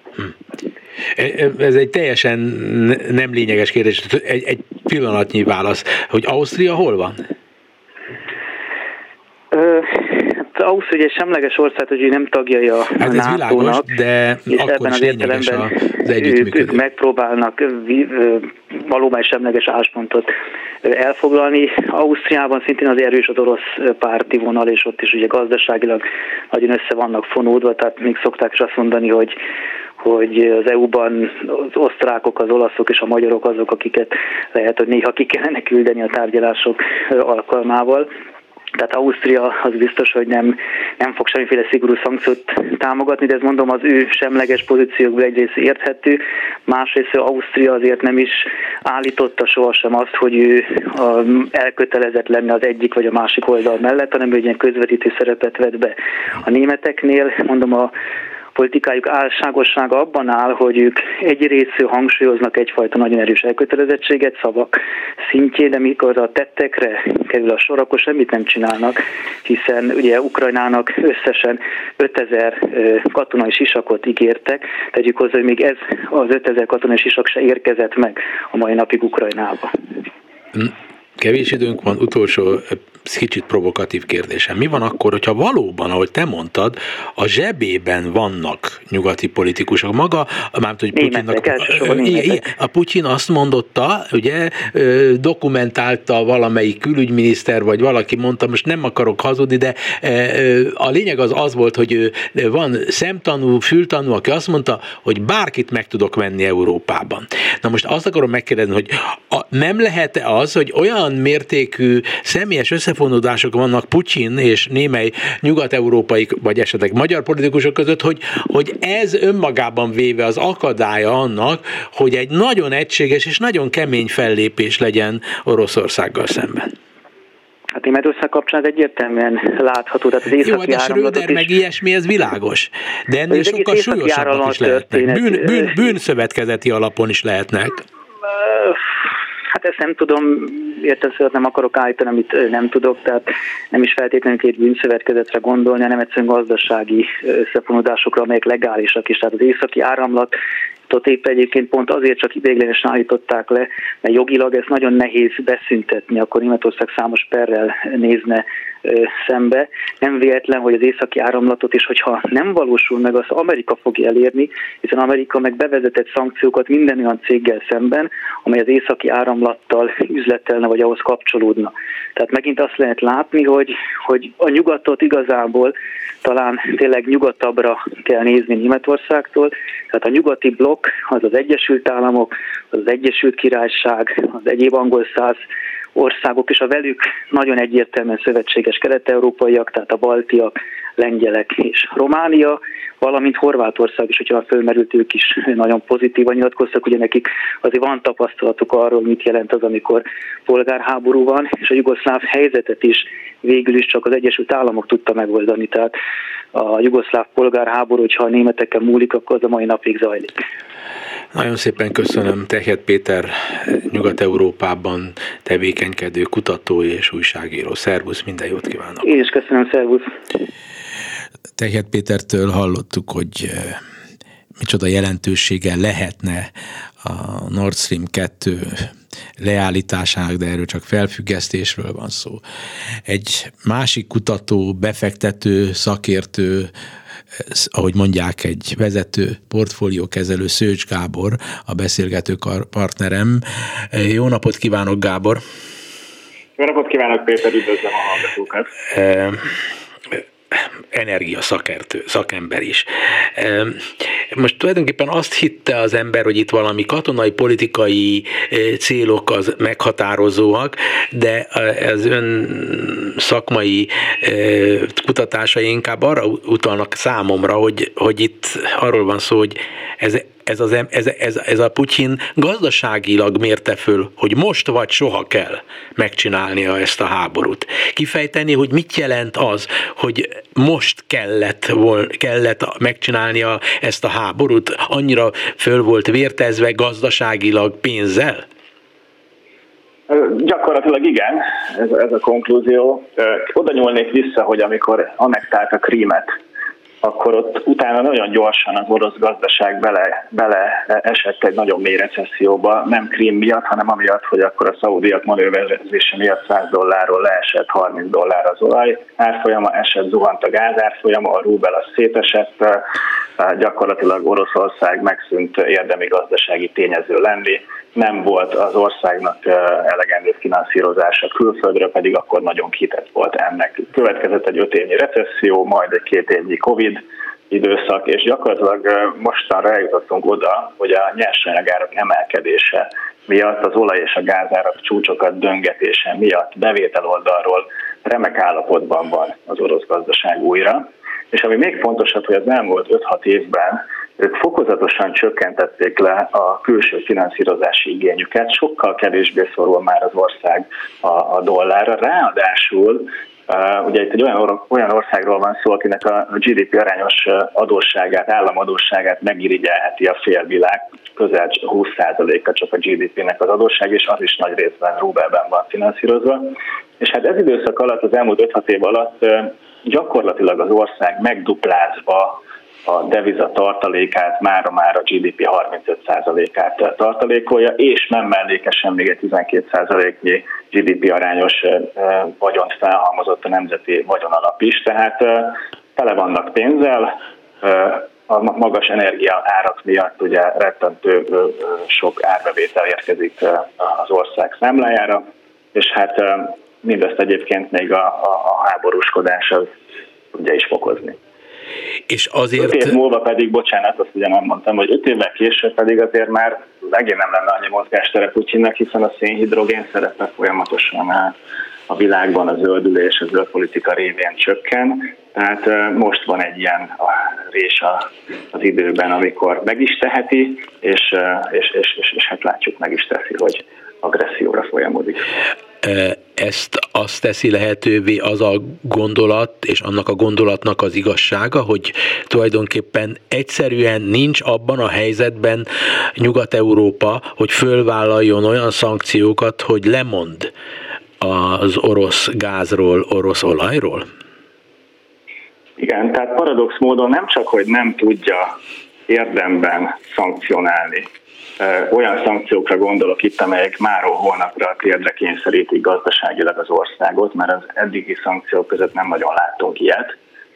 Ez egy teljesen nem lényeges kérdés, egy pillanatnyi válasz, hogy Ausztria hol van? Ausztria egy semleges ország, hogy nem tagjai a hát ez NATO-nak, világos, de és akkor ebben is az lényeges az együttműködés. Ők megpróbálnak valóban semleges álláspontot elfoglalni. Ausztriában szintén az erős az orosz párti vonal, és ott is ugye gazdaságilag nagyon össze vannak fonódva, tehát még szokták is azt mondani, hogy az EU-ban az osztrákok, az olaszok és a magyarok azok, akiket lehet, hogy néha ki kellene küldeni a tárgyalások alkalmával. Tehát Ausztria az biztos, hogy nem fog semmiféle szigorú szankciót támogatni, de ez mondom az ő semleges pozíciókból egyrészt érthető, másrészt Ausztria azért nem is állította sohasem azt, hogy ő elkötelezett lenne az egyik vagy a másik oldal mellett, hanem ő egy ilyen közvetítő szerepet vett be. A németeknél, mondom, a politikájuk álságossága abban áll, hogy ők egyrészről hangsúlyoznak egyfajta nagyon erős elkötelezettséget szavak szintjén, de mikor a tettekre kerül a sor, akkor semmit nem csinálnak, hiszen ugye Ukrajnának összesen 5000 katonai sisakot ígértek, tegyük hozzá, hogy még ez az 5000 katonai sisak se érkezett meg a mai napig Ukrajnába. Kevés időnk van, utolsó kicsit provokatív kérdésem. Mi van akkor, hogyha valóban, ahogy te mondtad, a zsebében vannak nyugati politikusok? Maga, mármint, hogy a Putyin azt mondotta, ugye, dokumentálta valamelyik külügyminiszter, vagy valaki mondta, most nem akarok hazudni, de a lényeg az volt, hogy van szemtanú, fültanú, aki azt mondta, hogy bárkit meg tudok venni Európában. Na most azt akarom megkérdezni, hogy nem lehet-e az, hogy olyan mértékű személyes összefonódások vannak Putyin és némely nyugat-európai, vagy esetleg magyar politikusok között, hogy ez önmagában véve az akadálya annak, hogy egy nagyon egységes és nagyon kemény fellépés legyen Oroszországgal szemben. Hát Németország kapcsán egyértelműen látható. Tehát az jó, de Schröder meg ilyesmi, ez világos. De ennél sokkal súlyosabbak is lehetnek. Bűnszövetkezeti alapon is lehetnek. Hát ezt nem tudom, értelemszerűen nem akarok állítani, amit nem tudok, tehát nem is feltétlenül két bűnszövetkezetre gondolni, hanem egyszerűen gazdasági összefonódásokra, amelyek legálisak is. Tehát az északi áramlat épp egyébként pont azért csak ideiglenesen állították le, mert jogilag ez nagyon nehéz beszüntetni, akkor Németország számos perrel nézne szembe. Nem véletlen, hogy az északi áramlatot is, hogyha nem valósul meg, azt Amerika fogja elérni, hiszen Amerika meg bevezetett szankciókat minden olyan céggel szemben, amely az északi áramlattal üzletelne, vagy ahhoz kapcsolódna. Tehát megint azt lehet látni, hogy a nyugatot igazából talán tényleg nyugatabbra kell nézni Németországtól. Tehát a nyugati blokk az az Egyesült Államok, az Egyesült Királyság, az egyéb angol száz országok, és a velük nagyon egyértelműen szövetséges kelet-európaiak, tehát a baltiak, lengyelek és Románia, valamint Horvátország is, hogyha fölmerült, ők is nagyon pozitívan nyilatkoztak, ugye nekik azért van tapasztalatuk arról, mit jelent az, amikor polgárháború van, és a jugoszláv helyzetet is végül is csak az Egyesült Államok tudta megoldani, tehát a jugoszláv polgárháború, hogyha a németeken múlik, akkor az a mai napig zajlik. Nagyon szépen köszönöm. Tehet Péter, Nyugat-Európában tevékenykedő kutató és újságíró. Szervusz, minden jót kívánok! Én is köszönöm, szervusz! Tehet Pétertől hallottuk, hogy micsoda jelentősége lehetne a Nord Stream 2 leállításának, de erről csak felfüggesztésről van szó. Egy másik kutató, befektető, szakértő, ahogy mondják, egy vezető portfóliókezelő, Szőcs Gábor, a beszélgető partnerem. Jó napot kívánok, Gábor! Jó napot kívánok, Péter, üdvözlöm a hallgatókat! Szakember is. Most tulajdonképpen azt hitte az ember, hogy itt valami katonai, politikai célok az meghatározóak, de az ön szakmai kutatásai inkább arra utalnak számomra, hogy itt arról van szó, hogy ez a Putyin gazdaságilag mérte föl, hogy most vagy soha kell megcsinálnia ezt a háborút. Kifejteni, hogy mit jelent az, hogy most kellett megcsinálnia ezt a háborút, annyira föl volt vértezve gazdaságilag pénzzel? Gyakorlatilag igen, ez a konklúzió. Oda nyúlnék vissza, hogy amikor annektálta Krímet, akkor ott utána nagyon gyorsan az orosz gazdaság bele esett egy nagyon mély recesszióba, nem Krím miatt, hanem amiatt, hogy akkor a szaudiak manőverezése miatt $100 leesett, $30 az olaj árfolyama, zuhant a gáz árfolyama, a rubel az szétesett, gyakorlatilag Oroszország megszűnt érdemi gazdasági tényező lenni, nem volt az országnak elegendő finanszírozása külföldre, pedig akkor nagyon kitett volt ennek. Következett egy 5 évnyi recesszió, majd egy 2 évnyi Covid időszak, és gyakorlatilag mostanra eljutottunk oda, hogy a nyersanyagárak emelkedése miatt, az olaj és a gázárak csúcsokat döngetése miatt bevétel oldalról remek állapotban van az orosz gazdaság újra. És ami még fontosabb, hogy az elmúlt 5-6 évben ők fokozatosan csökkentették le a külső finanszírozási igényüket, sokkal kevésbé szorul már az ország a dollárra. Ráadásul ugye itt egy olyan országról van szó, akinek a GDP arányos adósságát, államadósságát megirigyelheti a félvilág, közel 20%-a csak a GDP-nek az adósság, és az is nagy részben rubelben van finanszírozva. És hát ez időszak alatt, az elmúlt 5-6 év alatt gyakorlatilag az ország megduplázva a deviza tartalékát, mára a GDP 35%-át tartalékolja, és nem mellékesen még egy 12%-nyi GDP arányos vagyont felhalmozott a nemzeti vagyonalap is, tehát tele vannak pénzzel, a magas energia árak miatt ugye rettentő sok árbevétel érkezik az ország számlájára, és hát mindezt egyébként még a háborúskodás az ugye is fokozni. És azért... 5 év múlva pedig, bocsánat, azt ugye nem mondtam, hogy 5 évvel később pedig azért már megint nem lenne annyi mozgástere Putyinnak, hiszen a szénhidrogén szerepe folyamatosan a világban a zöldülés, a zöld politika révén csökken. Tehát most van egy ilyen rés az időben, amikor meg is teheti, és hát látjuk, meg is teszi, hogy agresszióra folyamodik. ezt azt teszi lehetővé az a gondolat, és annak a gondolatnak az igazsága, hogy tulajdonképpen egyszerűen nincs abban a helyzetben Nyugat-Európa, hogy fölvállaljon olyan szankciókat, hogy lemond az orosz gázról, orosz olajról? Igen, tehát paradox módon nem csak, hogy nem tudja érdemben szankcionálni. Olyan szankciókra gondolok itt, amelyek máról holnapra térdre kényszerítik gazdaságilag az országot, mert az eddigi szankciók között nem nagyon láttunk ilyet,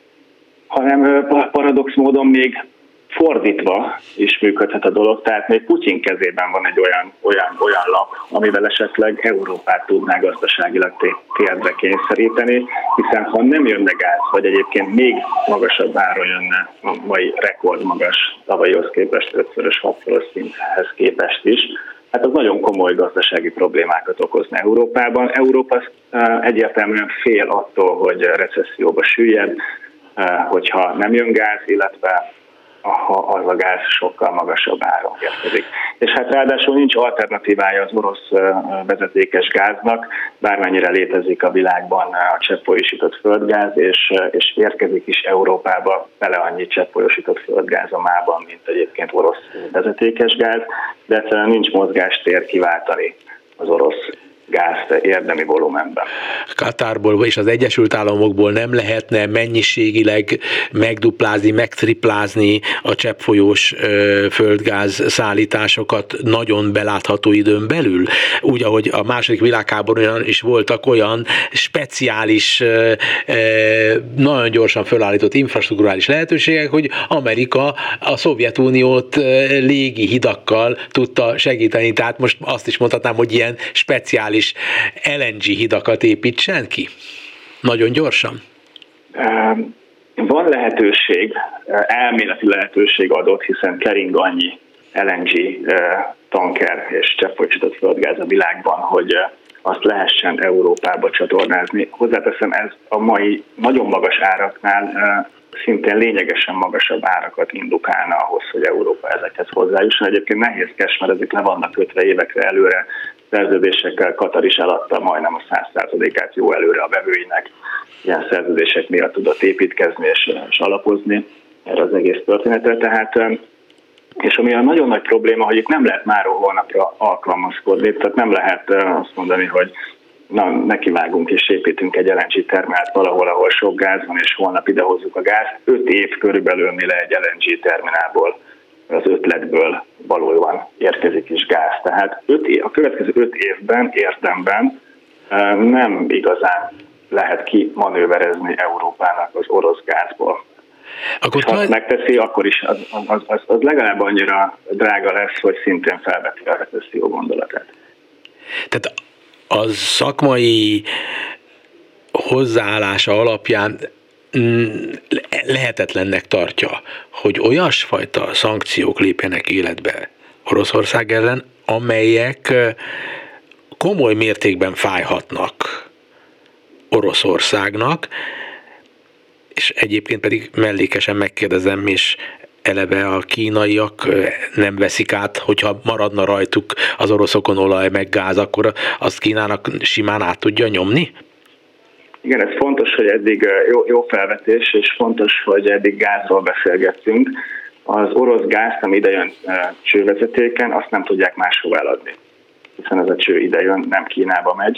hanem paradox módon még fordítva is működhet a dolog, tehát még Putyin kezében van egy olyan lap, amivel esetleg Európát tudná gazdaságilag térdre kényszeríteni, hiszen ha nem jönne gáz, vagy egyébként még magasabb áron jönne a mai rekordmagas tavalyhoz képest 5-szörös, 6-szoros szinthez képest is, hát az nagyon komoly gazdasági problémákat okozna Európában. Európa egyértelműen fél attól, hogy recesszióba süllyed, hogyha nem jön gáz, illetve ha az a gáz sokkal magasabb áron érkezik. És hát ráadásul nincs alternatívája az orosz vezetékes gáznak, bármennyire létezik a világban a cseppfolyósított földgáz, és érkezik is Európába bele annyi cseppfolyósított földgáz a mában, mint egyébként orosz vezetékes gáz, de egyszerűen nincs mozgástér kiváltani az orosz gázt érdemi volumenben. Katárból és az Egyesült Államokból nem lehetne mennyiségileg megduplázni, megtriplázni a cseppfolyós földgáz szállításokat nagyon belátható időn belül? Úgy, ahogy a második világháborúban is voltak olyan speciális, nagyon gyorsan fölállított infrastrukturális lehetőségek, hogy Amerika a Szovjetuniót légi hidakkal tudta segíteni. Tehát most azt is mondhatnám, hogy ilyen speciális LNG hidakat építsen ki? Nagyon gyorsan? Van lehetőség, elméleti lehetőség adott, hiszen kering annyi LNG tanker és cseppfolyósított földgáz a világban, hogy azt lehessen Európába csatornázni. Hozzáteszem, ez a mai nagyon magas áraknál szintén lényegesen magasabb árakat indukálna ahhoz, hogy Európa ezekhez hozzájusson. Egyébként nehézkes, mert ezek le vannak kötve évekre előre, szerződésekkel. Katar is eladta majdnem a 100%-át jó előre a vevőinek. Ilyen szerződések miatt tudott építkezni és alapozni erre az egész történetre. Tehát, és ami a nagyon nagy probléma, hogy itt nem lehet máról holnapra alkalmazkodni, tehát nem lehet azt mondani, hogy nekivágunk és építünk egy LNG terminált valahol, ahol sok gáz van, és holnap idehozzuk a gázt. 5 év körülbelül, mire egy LNG terminálból, az ötletből valójában érkezik is gáz. Tehát a következő 5 évben érdemben nem igazán lehet kimanőverezni Európának az orosz gázból. Akkor ha azt megteszi, akkor is az legalább annyira drága lesz, hogy szintén felveti a recesszió gondolatát. Tehát a szakmai hozzáállása alapján lehetetlennek tartja, hogy olyasfajta szankciók lépjenek életbe Oroszország ellen, amelyek komoly mértékben fájhatnak Oroszországnak, és egyébként pedig mellékesen megkérdezem, és eleve a kínaiak nem veszik át, hogyha maradna rajtuk az oroszokon olaj meg gáz, akkor azt Kínának simán át tudja nyomni? Igen, ez fontos, hogy eddig jó felvetés, és fontos, hogy eddig gázról beszélgettünk. Az orosz gázt, ami idejön csővezetéken, azt nem tudják máshova eladni, hiszen ez a cső idejön, nem Kínába megy.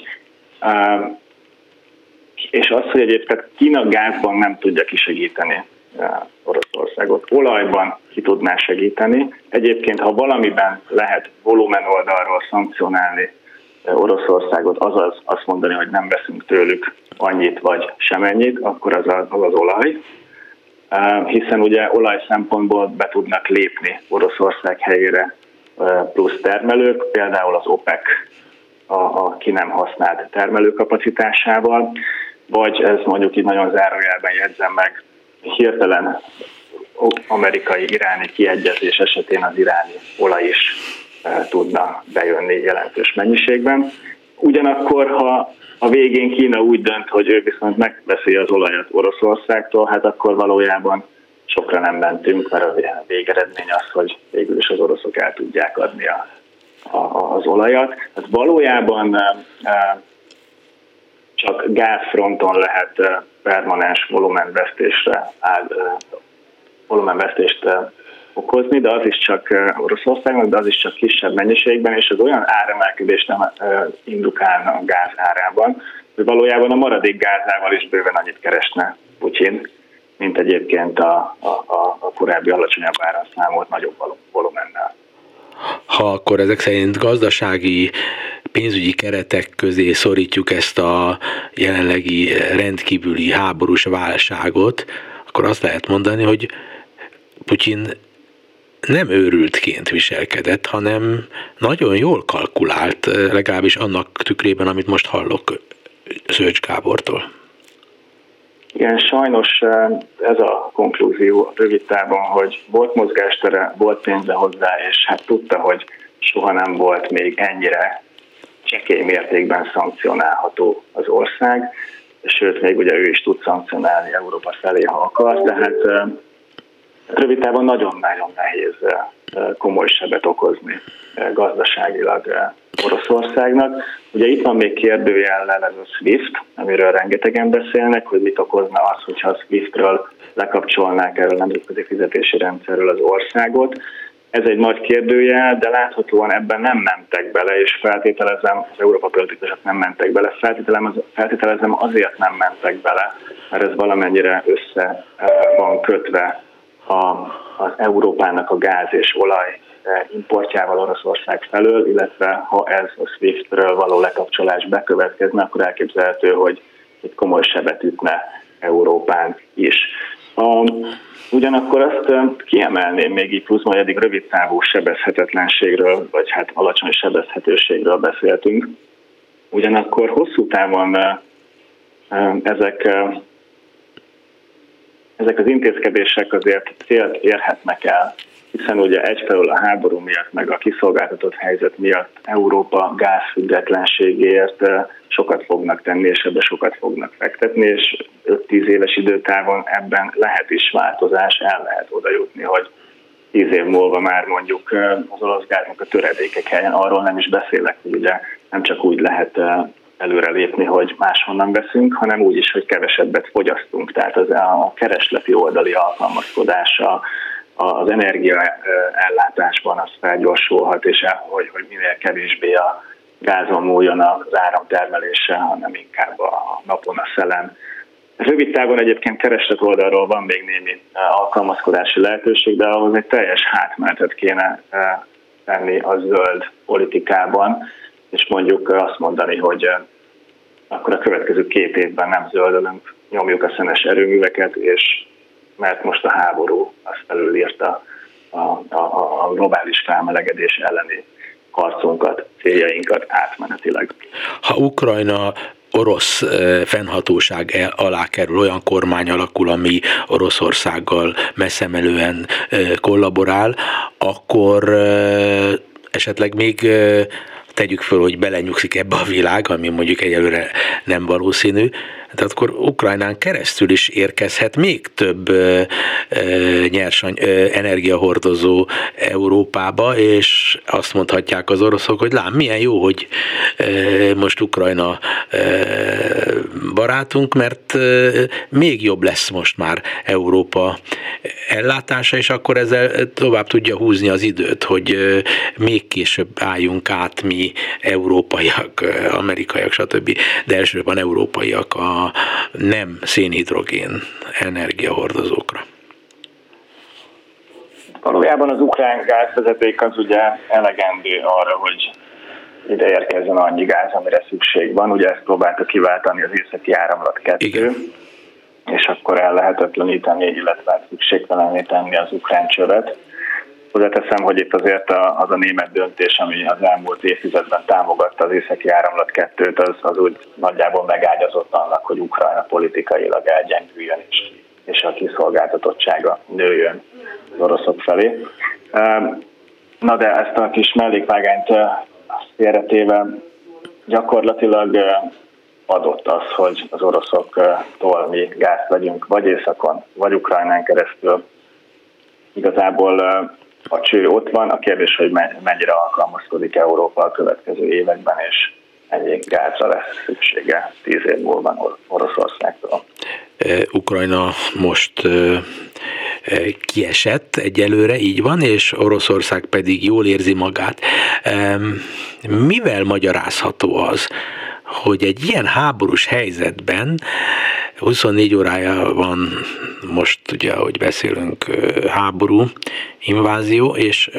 És az, hogy egyébként Kína gázban nem tudja kisegíteni Oroszországot. Olajban ki tudná segíteni. Egyébként, ha valamiben lehet volumen oldalról szankcionálni Oroszországot, azaz azt mondani, hogy nem veszünk tőlük annyit vagy semennyit, akkor az olaj. Hiszen ugye olaj szempontból be tudnak lépni Oroszország helyére plusz termelők, például az OPEC a ki nem használt termelőkapacitásával, vagy ez mondjuk így nagyon zárójelben jegyzem meg, hirtelen amerikai-iráni kiegyezés esetén az iráni olaj is tudna bejönni jelentős mennyiségben. Ugyanakkor, ha a végén Kína úgy dönt, hogy ő viszont megveszi az olajat Oroszországtól, hát akkor valójában sokra nem mentünk, mert a végeredmény az, hogy végül is az oroszok el tudják adni az olajat. Hát valójában csak gázfronton lehet permanens volumenvesztést okozni, de az is csak Oroszországnak, de az is csak kisebb mennyiségben, és az olyan áremelkedést nem indukálna a gáz árában, hogy valójában a maradék gázával is bőven annyit keresne Putyin, mint egyébként a korábbi alacsonyabb áron számolt nagyobb volumennel. Ha akkor ezek szerint gazdasági, pénzügyi keretek közé szorítjuk ezt a jelenlegi rendkívüli háborús válságot, akkor azt lehet mondani, hogy Putyin nem őrültként viselkedett, hanem nagyon jól kalkulált, legalábbis annak tükrében, amit most hallok Szőcs Gábortól. Igen, sajnos ez a konklúzió rövid távon, hogy volt mozgástere, volt pénze hozzá, és hát tudta, hogy soha nem volt még ennyire csekély mértékben szankcionálható az ország, sőt, még ugye ő is tud szankcionálni Európa felé, ha akar, tehát rövid távon nagyon-nagyon nehéz komoly sebet okozni gazdaságilag Oroszországnak. Ugye itt van még kérdőjellel ez a SWIFT, amiről rengetegen beszélnek, hogy mit okozna az, hogyha a SWIFT-ről lekapcsolnák erről a nemzetközi fizetési rendszerről az országot. Ez egy nagy kérdőjel, de láthatóan ebben nem mentek bele, és feltételezem, az Európa politikusok nem mentek bele, feltételezem azért nem mentek bele, mert ez valamennyire össze van kötve az Európának a gáz és olaj importjával Oroszország felől, illetve ha ez a SWIFT-ről való lekapcsolás bekövetkezne, akkor elképzelhető, hogy egy komoly sebet ütne Európán is. Ugyanakkor azt kiemelném még így pluszban, hogy eddig rövidtávú sebezhetetlenségről, vagy hát alacsony sebezhetőségről beszéltünk. Ugyanakkor hosszú távon ezek az intézkedések azért célt érhetnek el, hiszen ugye egyfelől a háború miatt, meg a kiszolgáltatott helyzet miatt Európa gázfüggetlenségéért sokat fognak tenni, és ebbe sokat fognak fektetni, és 5-10 éves időtávon ebben lehet is változás, el lehet oda jutni, hogy 10 év múlva már mondjuk az orosz gáznak a töredékek helyen, arról nem is beszélek, hogy ugye nem csak úgy lehet előrelépni, hogy máshonnan veszünk, hanem úgy is, hogy kevesebbet fogyasztunk. Tehát az a keresleti oldali alkalmazkodása, az energiaellátásban az felgyorsulhat, és hogy minél kevésbé a gázon múljon az áramtermelése, hanem inkább a napon, a szelen. Rövid távon egyébként kereslet oldalról van még némi alkalmazkodási lehetőség, de ahhoz egy teljes hátmenetet kéne tenni a zöld politikában, és mondjuk azt mondani, hogy akkor a következő 2 évben nem zöldölünk, nyomjuk a szenes erőműveket, és mert most a háború azt felülírta a globális felmelegedés elleni harcunkat, céljainkat átmenetileg. Ha Ukrajna orosz fennhatóság alá kerül, olyan kormány alakul, ami Oroszországgal messzemenően kollaborál, akkor esetleg még tegyük föl, hogy belenyugszik ebbe a világ, ami mondjuk egyelőre nem valószínű, de akkor Ukrajnán keresztül is érkezhet még több energiahordozó Európába, és azt mondhatják az oroszok, hogy lám, milyen jó, hogy most Ukrajna barátunk, mert még jobb lesz most már Európa ellátása, és akkor ezzel tovább tudja húzni az időt, hogy még később álljunk át mi európaiak, amerikaiak, stb., de elsősorban európaiak a nem szénhidrogén energiahordozókra. Valójában az ukrán gázvezeték az ugye elegendő arra, hogy ide érkezzen annyi gáz, amire szükség van. Ugye ezt próbálta kiváltani az északi áramlat 2, igen, és akkor ellehetetleníteni, illetve szükségtelenné tenni az ukrán csövet. Hozzáteszem, hogy itt azért az a német döntés, ami az elmúlt évtizedben támogatta az északi áramlat 2-t, az úgy nagyjából megágyazott annak, hogy Ukrajna politikailag elgyengüljön, és a kiszolgáltatottsága nőjön az oroszok felé. Na de ezt a kis mellékvágányt félretéve gyakorlatilag adott az, hogy az oroszoktól mi gázt vegyünk vagy északon, vagy Ukrajnán keresztül. Igazából a cső ott van, a kérdés, hogy mennyire alkalmazkodik Európa a következő években, és ennyi gázra lesz szüksége 10 év múlva Oroszországtól. Ukrajna most kiesett egyelőre, így van, és Oroszország pedig jól érzi magát. Mivel magyarázható az, hogy egy ilyen háborús helyzetben 24 órája van most, ugye, ahogy beszélünk, háború, invázió, és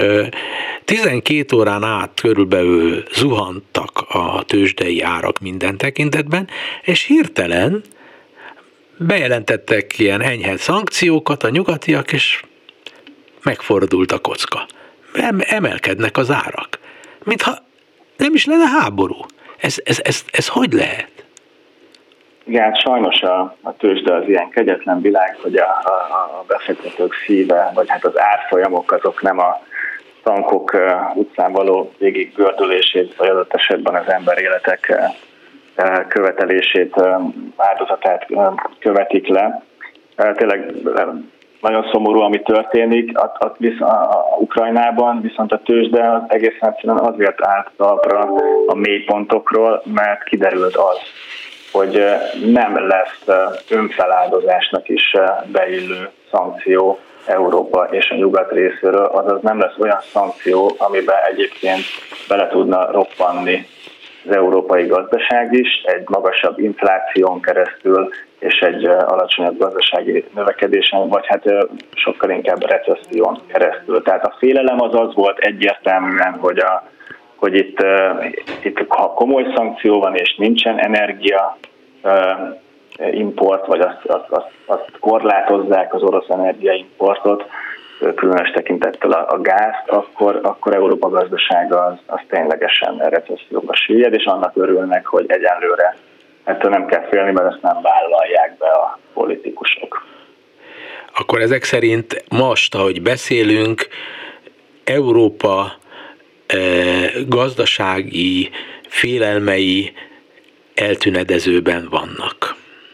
12 órán át körülbelül zuhantak a tőzsdei árak minden tekintetben, és hirtelen bejelentettek ilyen enyhe szankciókat a nyugatiak, és megfordult a kocka. Emelkednek az árak. Mintha nem is lenne háború. Ez hogy lehet? Igen, sajnos a tőzsde az ilyen kegyetlen világ, hogy a befektetők szíve, vagy hát az árfolyamok azok nem a tankok utcán való végig gördülését, vagy adott esetben az emberéletek követelését, áldozatát követik le. Tényleg nagyon szomorú, ami történik. A Ukrajnában viszont a tőzsde az egészen egyszerűen azért állt talpra a mélypontokról, mert kiderült az, hogy nem lesz önfeláldozásnak is beillő szankció Európa és a nyugat részéről, azaz nem lesz olyan szankció, amiben egyébként bele tudna roppanni az európai gazdaság is, egy magasabb infláción keresztül és egy alacsonyabb gazdasági növekedésen, vagy hát sokkal inkább recesszión keresztül. Tehát a félelem az volt egyértelműen, hogy itt ha komoly szankció van és nincsen energia import, vagy azt korlátozzák az orosz energiaimportot, különös tekintettel a gázt, akkor Európa gazdasága az ténylegesen recesszióba süllyed, és annak örülnek, hogy egyenlőre ettől nem kell félni, mert ezt nem vállalják be a politikusok. Akkor ezek szerint most, ahogy beszélünk, Európa gazdasági félelmei eltűnedezőben vannak.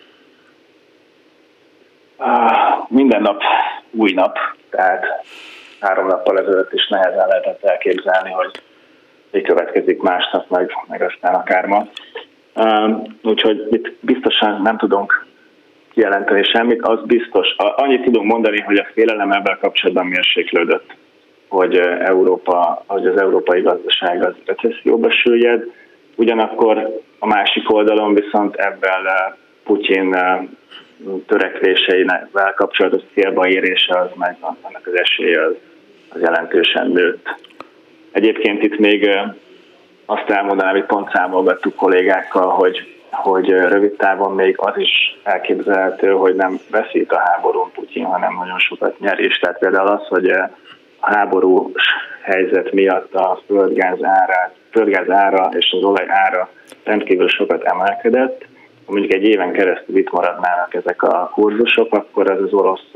Minden nap új nap, tehát 3 nappal ezelőtt is nehezen lehetett elképzelni, hogy mi következik másnap, meg aztán akár ma. Úgyhogy itt biztosan nem tudunk kijelenteni semmit, az biztos. Annyit tudunk mondani, hogy a félelem ebben kapcsolatban mérséklődött, hogy az európai gazdaság az recesszióba süllyed, ugyanakkor a másik oldalon viszont ebben Putyin törekvéseivel kapcsolatos célba érése, az meg annak az esélye az jelentősen nőtt. Egyébként itt még azt elmondanám, hogy pont számolgattuk kollégákkal, hogy rövid távon még az is elképzelhető, hogy nem veszít a háborún Putyin, hanem nagyon sokat nyer is. Tehát például az, hogy a háborús helyzet miatt a földgáz ára és az olaj ára rendkívül sokat emelkedett. Ha mondjuk egy éven keresztül itt maradnának ezek a kurzusok, akkor az orosz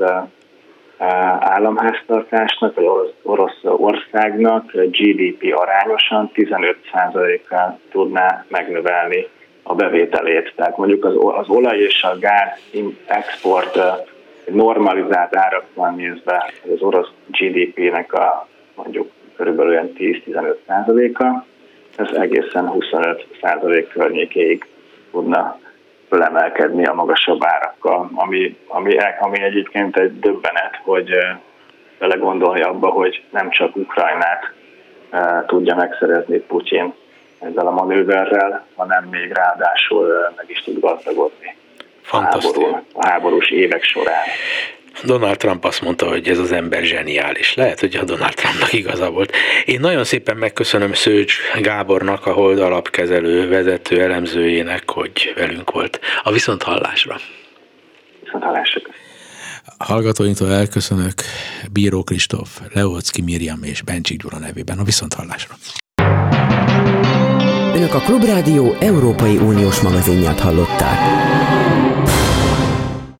államháztartásnak, vagy orosz országnak GDP arányosan 15%-kal tudná megnövelni a bevételét. Tehát mondjuk az olaj és a gáz export normalizált árakban nézve az orosz GDP-nek a mondjuk körülbelül 10-15%-a, ez egészen 25% környékéig tudna fölemelkedni a magasabb árakkal, ami egyébként egy döbbenet, hogy belegondolni abba, hogy nem csak Ukrajnát tudja megszerezni Putyin ezzel a manőverrel, hanem még ráadásul meg is tud gazdagodni a háborús évek során. Donald Trump azt mondta, hogy ez az ember zseniális. Lehet, hogy a Donald Trumpnak igaza volt. Én nagyon szépen megköszönöm Szőcs Gábornak, a Hold alapkezelő vezető elemzőjének, hogy velünk volt. A viszonthallásra. Viszonthallásra. Hallgatóinktól elköszönök Bíró Kristóf, Leocki Miriam és Bencsik Gyula nevében. A viszonthallásra. Önök a Klubrádió Európai Uniós magazinját hallották.